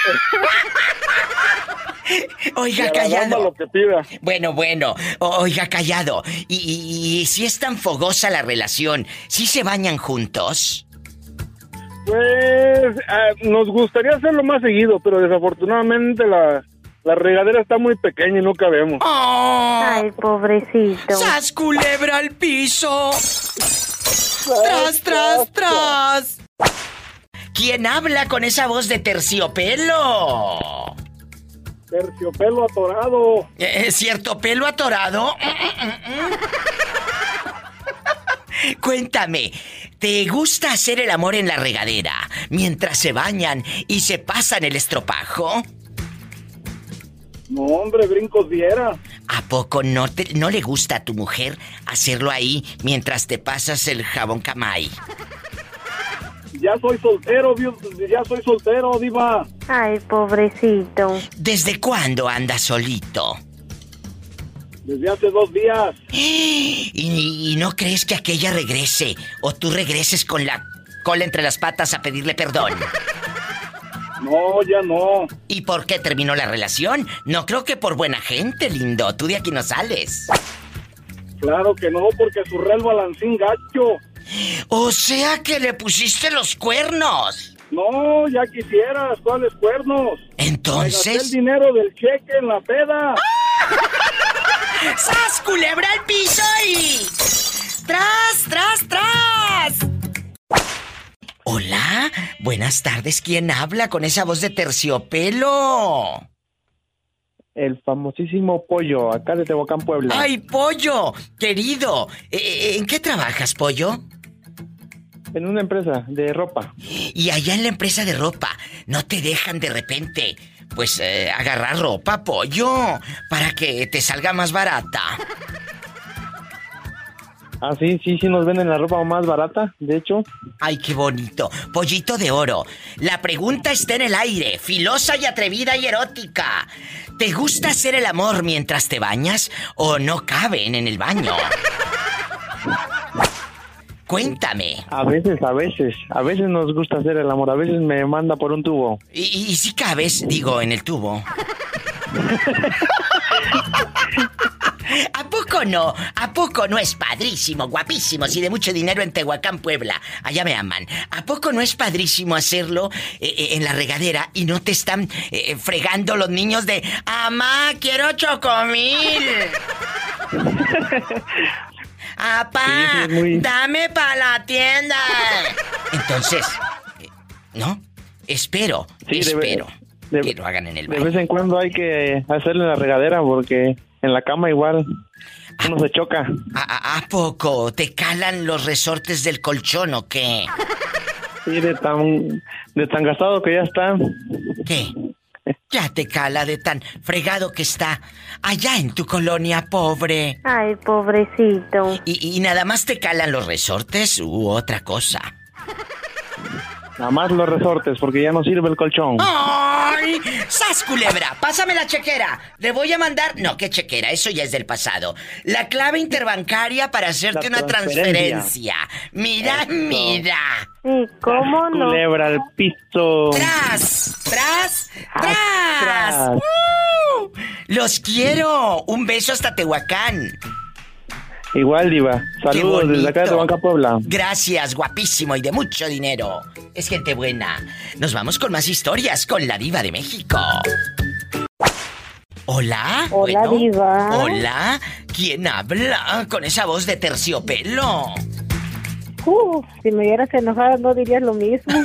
Oiga, Callado. Lo que pida. Bueno, bueno, o- oiga, Callado. Y, y, y si es tan fogosa la relación, ¿sí se bañan juntos? Pues ah, nos gustaría hacerlo más seguido, pero desafortunadamente la, la regadera está muy pequeña y no cabemos. Oh. Ay, pobrecito. ¡Sas, culebra al piso! ¡Tras, tras, tras! ¿Quién habla con esa voz de terciopelo? Terciopelo atorado. ¿Es cierto pelo atorado? Cuéntame, ¿te gusta hacer el amor en la regadera mientras se bañan y se pasan el estropajo? No, hombre, brincos viera. ¿A poco no, te, no le gusta a tu mujer hacerlo ahí mientras te pasas el jabón Camay? Ya soy soltero, Dios, ya soy soltero, diva. Ay, pobrecito. ¿Desde cuándo andas solito? Desde hace dos días. ¿Y, y no crees que aquella regrese o tú regreses con la cola entre las patas a pedirle perdón? No, ya no. ¿Y por qué terminó la relación? No creo que por buena gente, lindo. Tú de aquí no sales. Claro que no, porque su real balancín gacho. O sea que le pusiste los cuernos. No, ya quisieras, ¿cuáles cuernos? Entonces... Me gasté el dinero del cheque en la peda. ¡Sas, culebra al piso y... ¡Tras, tras, tras! Hola, buenas tardes. ¿Quién habla con esa voz de terciopelo? El famosísimo Pollo, acá de Tehuacán, Puebla. ¡Ay, Pollo! Querido, eh, ¿en qué trabajas, Pollo? En una empresa de ropa. Y allá en la empresa de ropa, ¿no te dejan de repente, pues, eh, agarrar ropa, Pollo, para que te salga más barata? Ah, sí, sí, sí nos venden la ropa más barata, de hecho. ¡Ay, qué bonito! Pollito de oro. La pregunta está en el aire, filosa y atrevida y erótica. ¿Te gusta hacer el amor mientras te bañas o no caben en el baño? Cuéntame. A veces, a veces, a veces nos gusta hacer el amor, a veces me manda por un tubo. ¿Y, y, y si cabes, digo, en el tubo? ¿A poco no? ¿A poco no es padrísimo, guapísimo, y de mucho dinero en Tehuacán, Puebla? Allá me aman. ¿A poco no es padrísimo hacerlo eh, eh, en la regadera y no te están eh, fregando los niños de ¡Amá, quiero chocomil! ¡Apá, sí, sí, muy... dame para la tienda! Entonces, ¿no? Espero, sí, espero de, que lo hagan en el baño. De vez en cuando hay que hacerlo en la regadera porque en la cama igual uno ah, se choca. ¿A, a, ¿A poco? ¿Te calan los resortes del colchón o qué? Sí, de tan, de tan gastado que ya están. ¿Qué? Ya te cala de tan fregado que está allá en tu colonia, pobre. Ay, pobrecito. ¿Y, y nada más te calan los resortes u otra cosa? Nada más los resortes, porque ya no sirve el colchón. ¡Ay! ¡Sas, culebra! ¡Pásame la chequera! Le voy a mandar... No, ¿qué chequera? Eso ya es del pasado. La clave interbancaria para hacerte la una transferencia. transferencia. Mira, Esto. mira. ¿Y cómo no? Culebra al piso. ¡Tras! ¡Tras! ¡Tras! ¡Uh! ¡Los quiero! Un beso hasta Tehuacán. Igual, diva. Saludos desde acá de Tehuacán, Puebla. Gracias, guapísimo y de mucho dinero. Es gente buena. Nos vamos con más historias con la Diva de México. ¿Hola? Hola, bueno, Diva. Hola. ¿Quién habla con esa voz de terciopelo? Uh, si me vieras enojada no dirías lo mismo.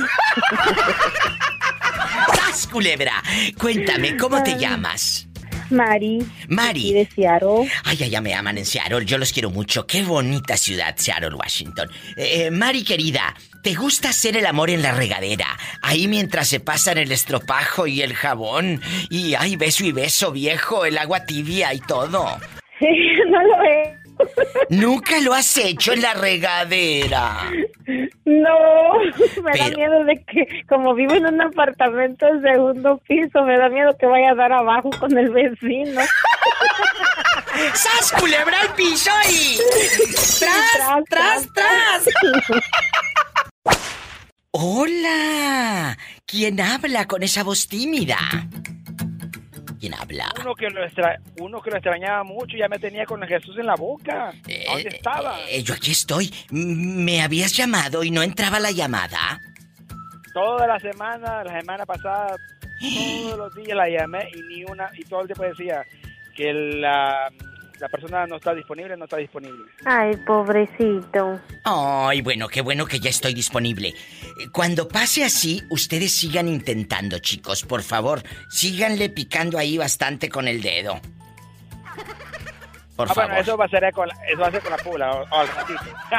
¡Sas, culebra! Cuéntame, ¿cómo te llamas? Mari. Mari. Y de Seattle. Ay, allá me aman en Seattle. Yo los quiero mucho. Qué bonita ciudad, Seattle, Washington. Eh, Mari, querida, ¿te gusta hacer el amor en la regadera? Ahí mientras se pasan el estropajo y el jabón. Y ay, beso y beso, viejo, el agua tibia y todo. Sí, no lo he. ¿Nunca lo has hecho en la regadera? No, me Pero... da miedo de que, como vivo en un apartamento de segundo piso, me da miedo que vaya a dar abajo con el vecino. ¡Sas, culebra al piso y... ¡Tras, tras, tras! tras! ¡Hola! ¿Quién habla con esa voz tímida? ¿Quién habla? Uno que, lo extra... Uno que lo extrañaba mucho, ya me tenía con Jesús en la boca. Eh, ¿Dónde estaba? Eh, yo aquí estoy. ¿Me habías llamado y no entraba la llamada? Toda la semana, la semana pasada, todos los días la llamé y ni una, y todo el tiempo decía que la, la persona no está disponible, no está disponible. Ay, pobrecito. Ay, bueno, qué bueno que ya estoy disponible. Cuando pase así, ustedes sigan intentando, chicos, por favor. Síganle picando ahí bastante con el dedo. Por ah, favor. Bueno, eso va a ser con la, eso va a ser con la pula o, o al ratito.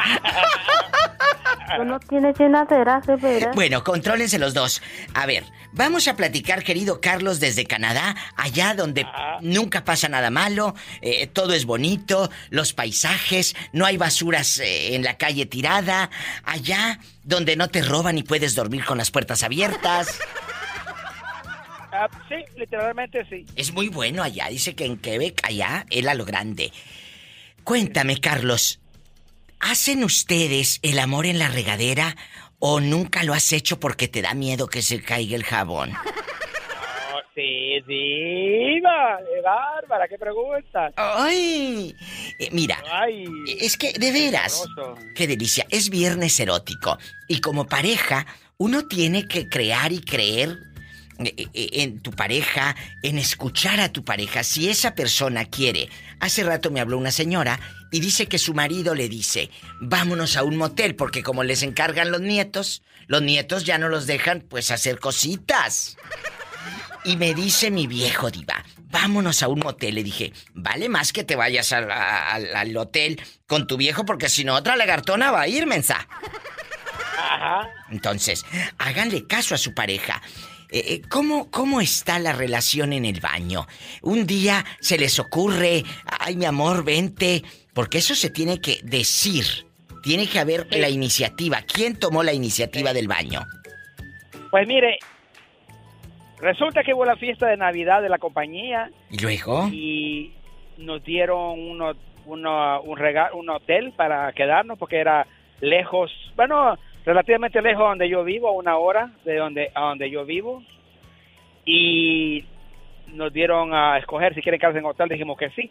Tú no tienes llenadera, de veras. Bueno, contrólense los dos. A ver, vamos a platicar, querido Carlos, desde Canadá, allá donde ah. nunca pasa nada malo, eh, todo es bonito, los paisajes, no hay basuras eh, en la calle tirada, allá donde no te roban y puedes dormir con las puertas abiertas. Uh, sí, literalmente sí. Es muy bueno allá, dice que en Quebec, allá, es a lo grande. Cuéntame, Carlos, ¿hacen ustedes el amor en la regadera o nunca lo has hecho porque te da miedo que se caiga el jabón? No, sí, sí, va, bárbara, ¿qué preguntas? Ay, eh, mira, Ay, es que de veras, qué delicia, es viernes erótico y como pareja uno tiene que crear y creer en tu pareja, en escuchar a tu pareja. Si esa persona quiere... Hace rato me habló una señora y dice que su marido le dice, vámonos a un motel, porque como les encargan los nietos, los nietos ya no los dejan pues hacer cositas. Y me dice mi viejo, diva, vámonos a un motel. Le dije, vale más que te vayas al, al, al hotel con tu viejo, porque si no otra lagartona va a ir, mensa. Ajá. Entonces, háganle caso a su pareja. Eh, ¿cómo, ¿Cómo está la relación en el baño? Un día se les ocurre, ay, mi amor, vente, porque eso se tiene que decir. Tiene que haber sí. la iniciativa. ¿Quién tomó la iniciativa sí. del baño? Pues mire, resulta que hubo la fiesta de Navidad de la compañía. ¿Y luego? Y nos dieron uno, uno, un, rega- un hotel para quedarnos porque era lejos, bueno... relativamente lejos de donde yo vivo, a una hora de donde a donde yo vivo, y nos dieron a escoger si quieren quedarse en hotel, dijimos que sí,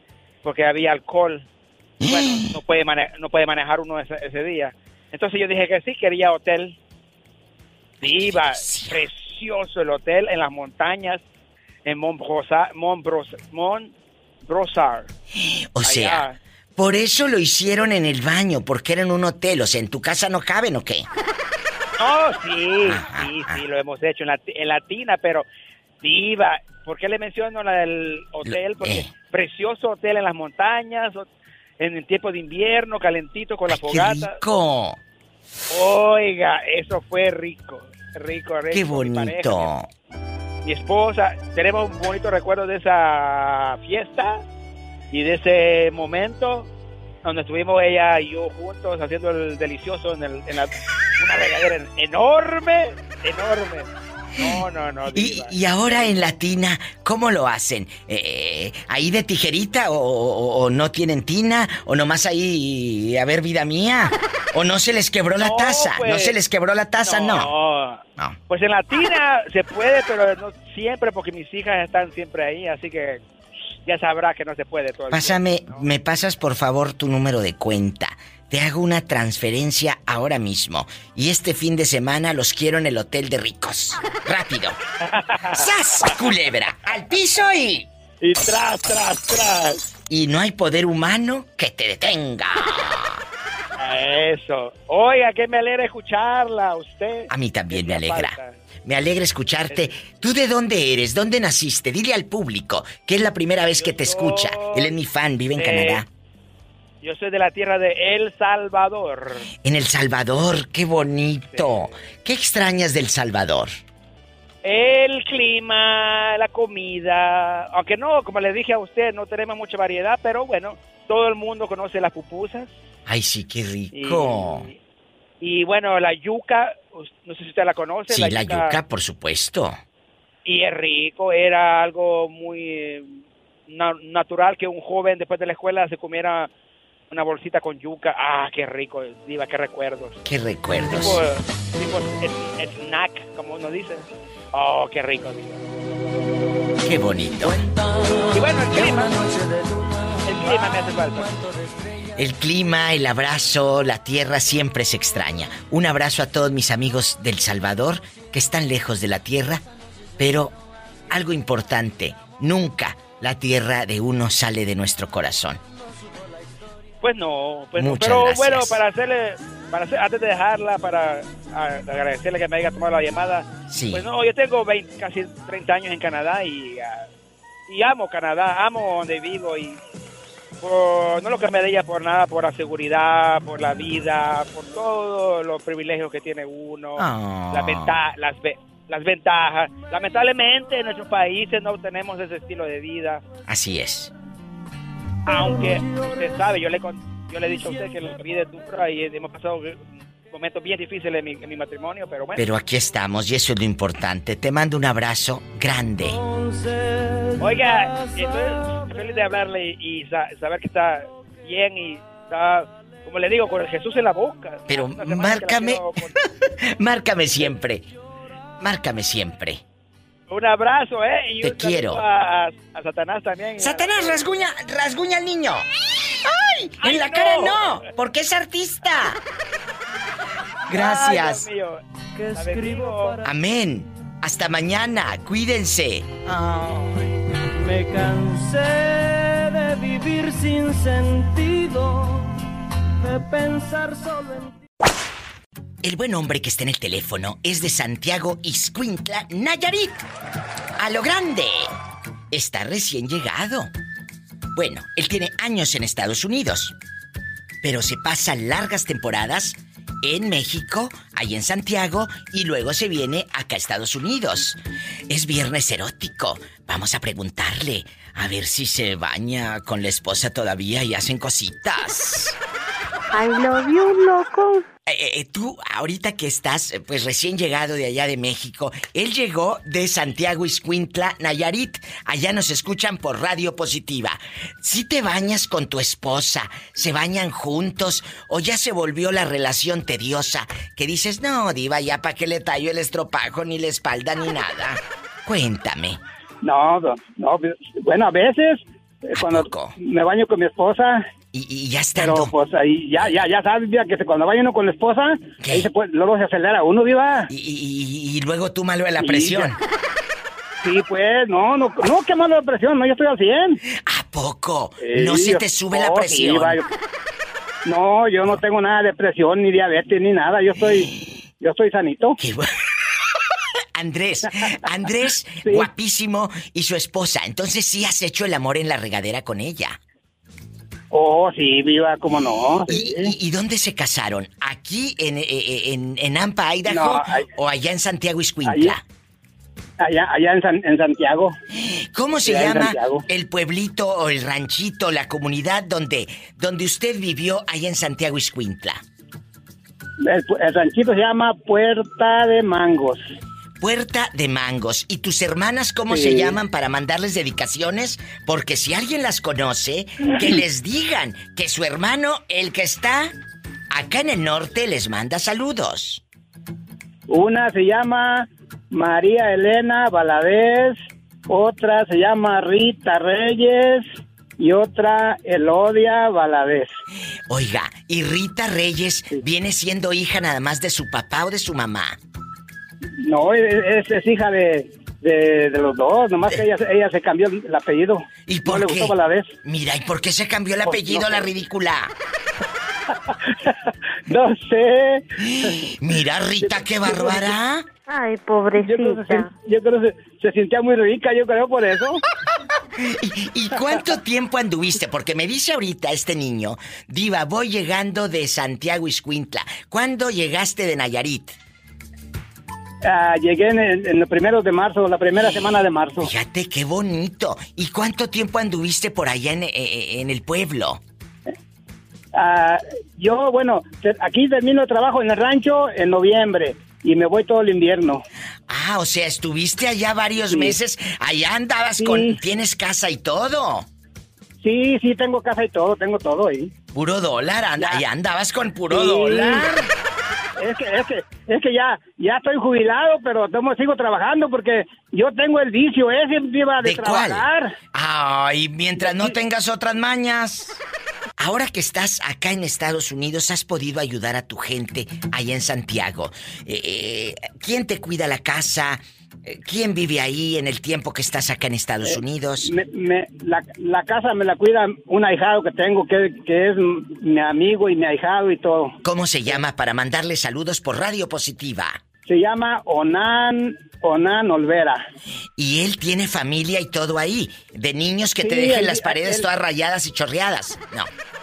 porque había alcohol. Bueno, no puede, mane- no puede manejar uno ese, ese día. Entonces yo dije que sí, quería hotel. Diva, precioso el hotel en las montañas, en Montbrosar. Montbrosar, Montbrosar O sea, allá. por eso lo hicieron en el baño, porque era en un hotel. O sea, ¿en tu casa no caben o qué? No, sí, sí, sí, lo hemos hecho en la, en la tina, pero diva, ¿por qué le menciono la del hotel? Porque eh. precioso hotel en las montañas, o- en el tiempo de invierno, calentito con la fogata. ¡Rico! Oiga, eso fue rico, rico, rico. ¡Qué Mi pareja, bonito! mi esposa, tenemos un bonito recuerdo de esa fiesta y de ese momento donde estuvimos ella y yo juntos haciendo el delicioso en, el, en la, una regadera enorme, enorme. No, no, no. Y, y ahora en la tina, ¿cómo lo hacen? Eh, ¿Ahí de tijerita o, o- o no tienen tina? ¿O nomás ahí, a ver, vida mía? ¿O no se les quebró la No, taza? pues, ¿No se les quebró la taza? No. No. Pues en la tina se puede, pero no siempre porque mis hijas están siempre ahí, así que ya sabrá que no se puede todo el Pásame, tiempo, ¿no? me pasas por favor tu número de cuenta. Te hago una transferencia ahora mismo. Y este fin de semana los quiero en el hotel de ricos. Rápido. ¡Sas, culebra! ¡Al piso y... Y tras, tras, tras! Y no hay poder humano que te detenga. Eso. Oiga, que me alegra escucharla a usted. A mí también me Hacía alegra. falta. Me alegra escucharte. ¿Tú de dónde eres? ¿Dónde naciste? Dile al público que es la primera vez que te escucha. Él es mi fan, vive en de- Canadá. Yo soy de la tierra de El Salvador. En El Salvador, qué bonito. ¿Qué extrañas del Salvador? El clima, la comida, aunque no, como le dije a usted, no tenemos mucha variedad, pero bueno, todo el mundo conoce las pupusas. Ay, sí, qué rico. Y bueno, la yuca, no sé si usted la conoce. Sí, la yuca, por supuesto. Y es rico, era algo muy eh, na- natural que un joven después de la escuela se comiera una bolsita con yuca. Ah, qué rico, diva, qué recuerdos. Qué recuerdos. Tipo, tipo es- snack, como uno dice. Oh, qué rico, diva. Qué bonito. Y bueno, el clima. El clima me hace falta. El clima, el abrazo, la tierra siempre se extraña. Un abrazo a todos mis amigos del Salvador que están lejos de la tierra, pero algo importante, nunca la tierra de uno sale de nuestro corazón. Pues no, pues no. Muchas Pero gracias. bueno, para hacerle, para hacer, antes de dejarla, para a, agradecerle que me haya tomado la llamada. Sí. Pues no, yo tengo veinte, casi treinta años en Canadá y, ah, y amo Canadá, amo donde vivo y por, no lo que me diga por nada, por la seguridad, por la vida, por todos los privilegios que tiene uno, Ah. la venta- las, ve- las ventajas. Lamentablemente en nuestros países no tenemos ese estilo de vida. Así es. Aunque usted sabe, yo le con- yo le he dicho a usted que la vida es dura y hemos pasado momentos bien difíciles en mi, en mi matrimonio, pero bueno. Pero aquí estamos y eso es lo importante. Te mando un abrazo grande. Oiga, estoy feliz de hablarle y, y sa- saber que está bien y está, como le digo, con el Jesús en la boca. Pero Una semana que la márcame, quiero con- márcame siempre. Márcame siempre. Un abrazo, ¿eh? Y Te un saludo quiero. A, a Satanás también. Satanás, rasguña, rasguña al niño. ¡Ay! ¡Ay, en la no! cara no, porque es artista. Gracias. Ay, Dios mío. La bendigo. Amén. Hasta mañana. Cuídense. Me cansé de vivir sin sentido, de pensar solo en ti. El buen hombre que está en el teléfono es de Santiago Ixcuintla, Nayarit. A lo grande. Está recién llegado. Bueno, él tiene años en Estados Unidos, pero se pasa largas temporadas en México, ahí en Santiago, y luego se viene acá a Estados Unidos. Es viernes erótico. Vamos a preguntarle a ver si se baña con la esposa todavía y hacen cositas. I love you, loco. Eh, eh, tú, ahorita que estás, eh, pues recién llegado de allá de México, él llegó de Santiago Ixcuintla, Nayarit. Allá nos escuchan por Radio Positiva. Si te bañas con tu esposa, ¿se bañan juntos o ya se volvió la relación tediosa? Que dices, no, diva, ya para qué le tallo el estropajo, ni la espalda, ni nada. Cuéntame. No, no, no, bueno, a veces, eh, cuando me baño con mi esposa. Y, y ya estando. Pero pues ahí ya, ya, ya sabes, Diva, que cuando vaya uno con la esposa, ¿qué? Ahí se puede, luego se acelera uno, Diva. Y, y, y luego tú malo de la presión. Sí, sí, pues, no, no, no, qué malo de presión, no, yo estoy al cien. ¿A poco? ¿No se te sube la presión? Sí, Diva, yo, no, yo no tengo nada de presión, ni diabetes, ni nada, yo estoy, yo estoy sanito. Qué bueno. Andrés, Andrés, sí. Guapísimo, y su esposa. Entonces sí has hecho el amor en la regadera con ella. Oh, sí, Viva, cómo no. Sí. ¿Y, y, ¿Y dónde se casaron? ¿Aquí en, en, en Nampa, Idaho, no, hay, o allá en Santiago, Ixcuintla? Allá, allá en, San, en Santiago. ¿Cómo se allá llama el pueblito o el ranchito, la comunidad donde, donde usted vivió allá en Santiago, Ixcuintla? El, el ranchito se llama Puerta de Mangos. Puerta de Mangos. ¿Y tus hermanas cómo sí. se llaman para mandarles dedicaciones? Porque si alguien las conoce, que les digan que su hermano, el que está acá en el norte, les manda saludos. Una se llama María Elena Valadez, otra se llama Rita Reyes y otra Elodia Valadez. Oiga, ¿y Rita Reyes sí. viene siendo hija nada más de su papá o de su mamá? No, es, es hija de, de, de los dos, nomás que ella, ella se cambió el apellido. ¿Y por no qué? Le gustó Valadez. Mira, ¿y por qué se cambió el apellido, pues, no, la ridícula? No sé. Mira, Rita, qué bárbara. Ay, pobrecita. Yo creo, que, yo creo que se, se sentía muy rica, yo creo, por eso. ¿Y, ¿Y cuánto tiempo anduviste? Porque me dice ahorita este niño, Diva, voy llegando de Santiago, Ixcuintla. ¿Cuándo llegaste de Nayarit? Uh, llegué en, el, en los primeros de marzo, la primera semana de marzo. Fíjate, qué bonito. ¿Y cuánto tiempo anduviste por allá en, en el pueblo? Uh, yo, bueno, aquí termino el trabajo en el rancho en noviembre y me voy todo el invierno. Ah, o sea, estuviste allá varios sí. meses. Allá andabas sí. con... ¿Tienes casa y todo? Sí, sí, tengo casa y todo, tengo todo ahí. Puro dólar, anda, allá andabas con puro sí. dólar. Es que, es que, es que ya, ya estoy jubilado, pero tomo, sigo trabajando porque yo tengo el vicio ese, Diva, de, ¿De trabajar. ¿Cuál? Ay, mientras no tengas otras mañas. Ahora que estás acá en Estados Unidos, ¿has podido ayudar a tu gente allá en Santiago? Eh, ¿Quién te cuida la casa? ¿Quién vive ahí en el tiempo que estás acá en Estados eh, Unidos? Me, me, la, la casa me la cuida un ahijado que tengo, que, que es mi amigo y mi ahijado y todo. ¿Cómo se llama para mandarle saludos por Radio Positiva? Se llama Onan, Onan Olvera. Y él tiene familia y todo ahí, de niños que sí, te dejen él, las paredes él... todas rayadas y chorreadas. No.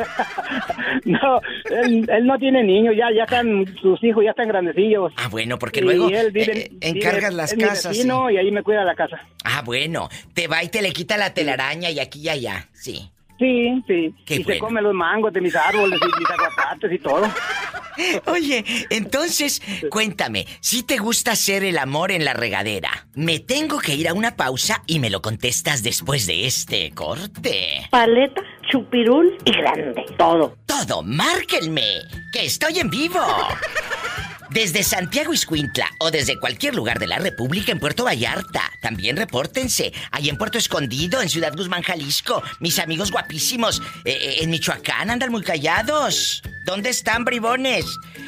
No, él, él no tiene niños, ya, ya están, sus hijos ya están grandecillos. Ah, bueno, porque y luego él vive, eh, encargas vive, las es casas. Mi vecino, sí. Y ahí me cuida la casa. Ah, bueno, te va y te le quita la telaraña y aquí y allá, sí. Sí, sí. Qué y bueno. se come los mangos de mis árboles y mis aguacates y todo. Oye, entonces, cuéntame, ¿si te gusta hacer el amor en la regadera? Me tengo que ir a una pausa y me lo contestas después de este corte. Paleta, chupirul y grande. Todo. Todo, márquenme, que estoy en vivo. Desde Santiago, Ixcuintla o desde cualquier lugar de la República en Puerto Vallarta. También repórtense. Ahí en Puerto Escondido, en Ciudad Guzmán, Jalisco. Mis amigos guapísimos. Eh, en Michoacán andan muy callados. ¿Dónde están, bribones?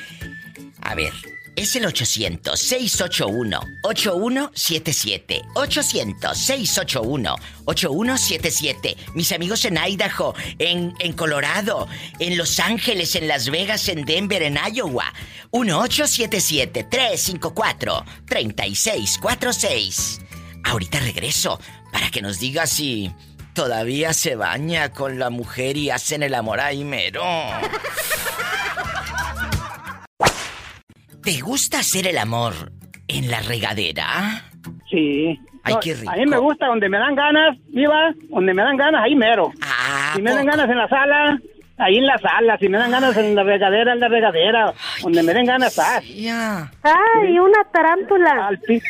A ver, es el ochocientos, seiscientos ochenta y uno, ochenta y uno setenta y siete. ochocientos, seiscientos ochenta y uno, ochenta y uno setenta y siete. Mis amigos en Idaho, en, en Colorado, en Los Ángeles, en Las Vegas, en Denver, en Iowa. uno ocho siete siete, tres cinco cuatro, tres seis cuatro seis. Ahorita regreso para que nos diga si todavía se baña con la mujer y hacen el amor ahí mero. ¿Te gusta hacer el amor en la regadera? Sí. Ay, no, qué rico. A mí me gusta donde me dan ganas, Viva, donde me dan ganas, ahí mero. Ah, si me dan ganas en la sala, ahí en la sala. Si me dan ganas en la regadera, en la regadera. Ay, donde me den ganas, ah. Ya. Ay, sí. Una tarántula. Al piso.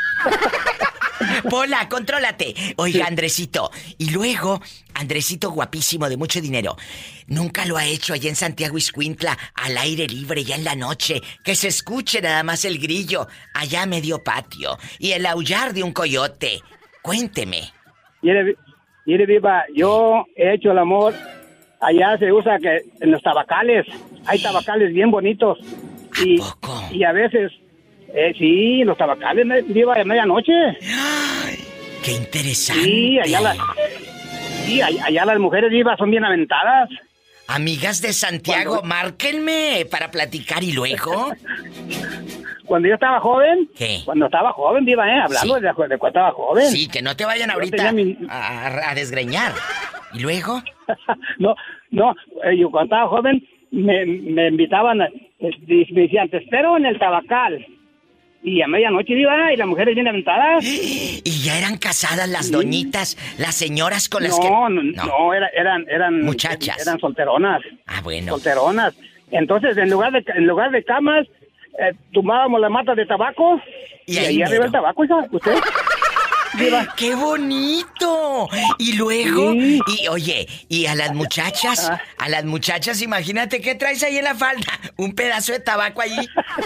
Pola, contrólate. Oiga, Andresito. Y luego, Andresito guapísimo de mucho dinero. Nunca lo ha hecho allá en Santiago, Ixcuintla, al aire libre, ya en la noche. Que se escuche nada más el grillo, allá a medio patio. Y el aullar de un coyote. Cuénteme. Mire, Mire, Diva, yo he hecho el amor. Allá se usa que en los tabacales. Hay tabacales bien bonitos. Y, y a veces, eh, sí, los tabacales, Diva, de medianoche. Ay, ¡qué interesante! Sí, allá, la, sí, allá, allá las mujeres, Diva, son bien aventadas. Amigas de Santiago, cuando... márquenme para platicar y luego. Cuando yo estaba joven, ¿qué? Cuando estaba joven, Diva, ¿eh? Hablando sí. de, de cuando estaba joven. Sí, que no te vayan ahorita mi... a, a desgreñar. ¿Y luego? no, no, eh, yo cuando estaba joven me, me invitaban, eh, me decían, te espero en el tabacal. Y a medianoche iba y las mujeres bien aventadas. ¿Y ya eran casadas las sí. doñitas, las señoras con las no, que...? No, no, era, eran, eran... Muchachas. Eran solteronas. Ah, bueno. Solteronas. Entonces, en lugar de, en lugar de camas, eh, tomábamos las matas de tabaco. Y, y ahí, ahí arriba el tabaco, hija, usted... Viva. ¡Qué bonito! Y luego, sí. y oye, y a las muchachas, ah. a las muchachas, imagínate qué traes ahí en la falda, un pedazo de tabaco allí.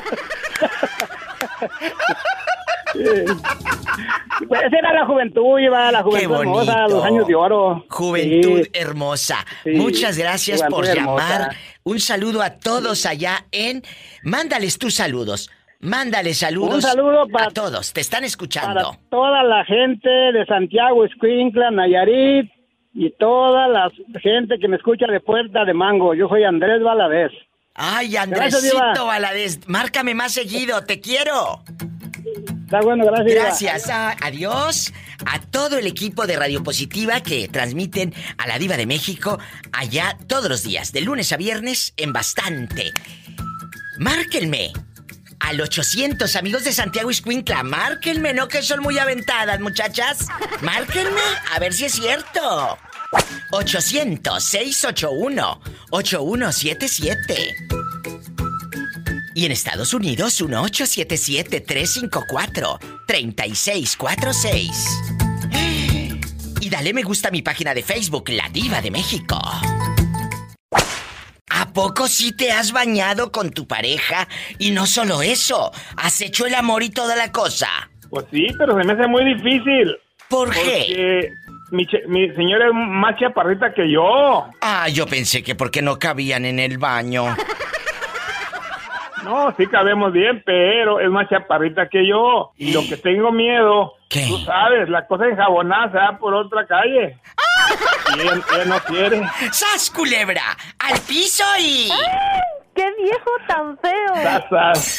Pues esa era la juventud, iba la juventud hermosa, los años de oro. Juventud sí. hermosa. Sí. Muchas gracias juventud por hermosa. Llamar. Un saludo a todos allá en... Mándales tus saludos. Mándale saludos Un saludo para, a todos, te están escuchando. Para toda la gente de Santiago, Escuintla, Nayarit y toda la gente que me escucha de Puerta de Mango. Yo soy Andrés Valadez. Ay, Andresito Valadez, márcame más seguido, te quiero. Está bueno, gracias. Gracias, ah, adiós a todo el equipo de Radio Positiva que transmiten a la Diva de México allá todos los días, de lunes a viernes en Bastante. Márquenme. Al ochocientos, amigos de Santiago Escuintla, márquenme, no que son muy aventadas, muchachas. Márquenme, a ver si es cierto. ochocientos, seiscientos ochenta y uno, ochenta y uno setenta y siete. Y en Estados Unidos, uno ocho siete siete, tres cinco cuatro, tres seis cuatro seis. Y dale me gusta a mi página de Facebook, La Diva de México. ¿A poco sí te has bañado con tu pareja? Y no solo eso, ¿has hecho el amor y toda la cosa? Pues sí, pero se me hace muy difícil. ¿Por porque qué? Mi, mi señora es más chaparrita que yo. Ah, yo pensé que porque no cabían en el baño. No, sí cabemos bien, pero es más chaparrita que yo. Y lo que tengo miedo, ¿qué? Tú sabes, la cosa enjabonada se va por otra calle. Y él, él no quiere. ¡Sas, culebra! ¡Al piso y...! ¡Ay, qué viejo tan feo! ¡Sas, sas!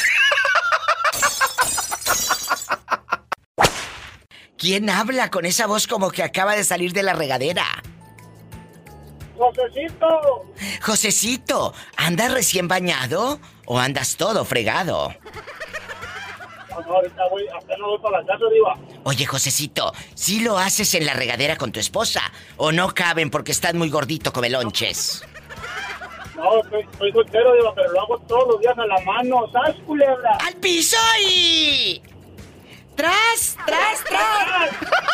¿Quién habla con esa voz como que acaba de salir de la regadera? ¡Josecito! Josecito, ¿andas recién bañado o andas todo fregado? No, no, ahorita voy, apenas voy para la casa, Diva. Oye, Josecito, ¿sí lo haces en la regadera con tu esposa? ¿O no caben porque estás muy gordito, come lonches? No, estoy, estoy soltero, Diva, pero lo hago todos los días a la mano. ¿Sabes, culebra? ¡Al piso y...! ¡Tras, tras, tras!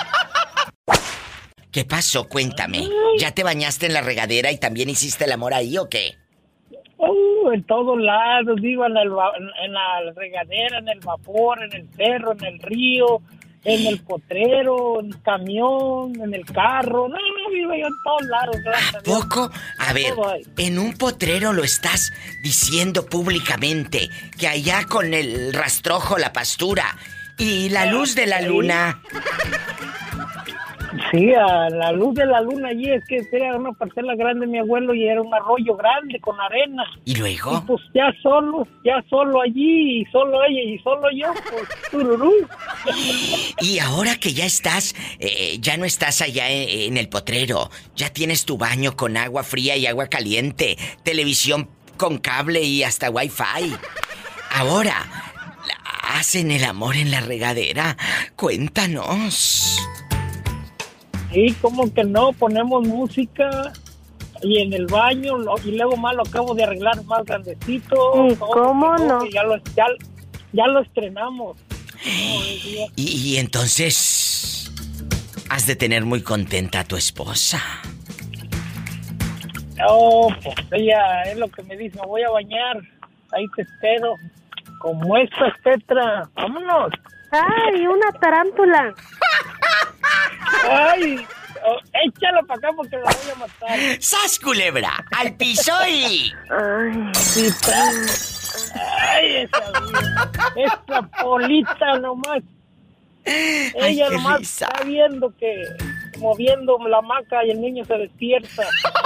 ¿Qué pasó? Cuéntame. ¿Ya te bañaste en la regadera y también hiciste el amor ahí o qué? Uh, en todos lados, digo, en, el, en la regadera, en el vapor, en el cerro, en el río, en el potrero, en el camión, en el carro. No, no, vivo yo en todos lados. ¿A poco? A ver, en un potrero lo estás diciendo públicamente, que allá con el rastrojo, la pastura y la luz de la luna... Sí, a la luz de la luna allí, es que era una parcela grande mi abuelo y era un arroyo grande con arena. ¿Y luego? Y pues ya solo, ya solo allí, y solo ella y solo yo, pues tururú. Y ahora que ya estás, eh, ya no estás allá en, en el potrero, ya tienes tu baño con agua fría y agua caliente, televisión con cable y hasta wifi. Ahora, ¿hacen el amor en la regadera? Cuéntanos. Sí, como que no, ponemos música y en el baño lo, y luego más lo acabo de arreglar más grandecito. ¿Cómo no? no? Ya lo, ya, ya lo estrenamos. Y, y entonces has de tener muy contenta a tu esposa. No, pues ella es lo que me dice, me voy a bañar, ahí te espero. Como esta, Petra, vámonos. ¡Ay, una tarántula! ¡Ay! oh, échalo para acá porque la voy a matar. ¡Sas, culebra! ¡Al piso y! Ay, sí, ay, esa vida. Esa polita nomás. Ay, Ella qué nomás risa. está viendo que moviendo la hamaca y el niño se despierta.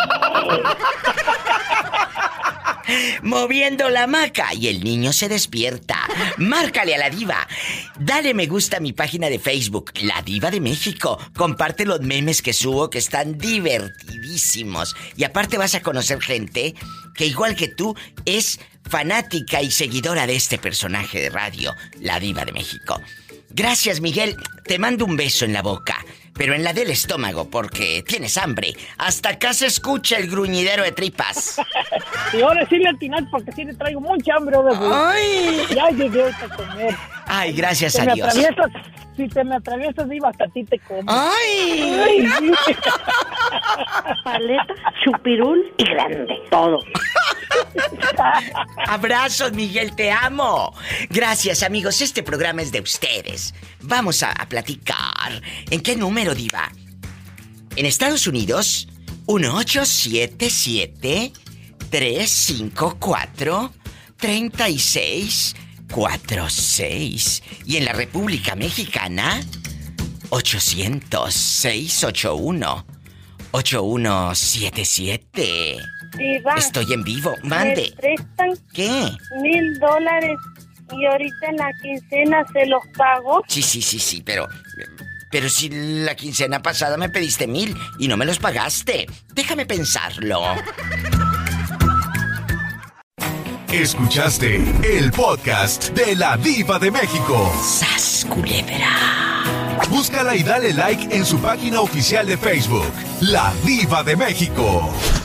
Moviendo la hamaca y el niño se despierta. Márcale a la diva. Dale me gusta a mi página de Facebook, La Diva de México. Comparte los memes que subo que están divertidísimos. Y aparte vas a conocer gente que igual que tú es fanática y seguidora de este personaje de radio, La Diva de México. Gracias, Miguel. Te mando un beso en la boca, pero en la del estómago porque tienes hambre. Hasta acá se escucha el gruñidero de tripas. Y ahora sí le atinas porque sí le traigo mucha hambre ahora. Ay. Ya llegué ahorita a comer. Ay, gracias Si a me Dios. atraviesas, si te me atraviesas, Diva, hasta a ti te como. ¡Ay! Ay, sí. Paleta, chupirul y grande. Todo. Abrazos, Miguel, te amo. Gracias, amigos. Este programa es de ustedes. Vamos a, a platicar. ¿En qué número, diva? En Estados Unidos, uno ocho siete siete, tres cinco cuatro, tres seis cuatro seis. Y en la República Mexicana, ochocientos, seis ocho uno, ocho uno siete siete. Diva, Estoy en vivo, mande. me prestan ¿Qué? mil dólares y ahorita en la quincena se los pago. Sí, sí, sí, sí, pero... Pero si la quincena pasada me pediste mil y no me los pagaste. Déjame pensarlo. Escuchaste el podcast de La Diva de México. ¡Sas, culebra! Búscala y dale like en su página oficial de Facebook, La Diva de México.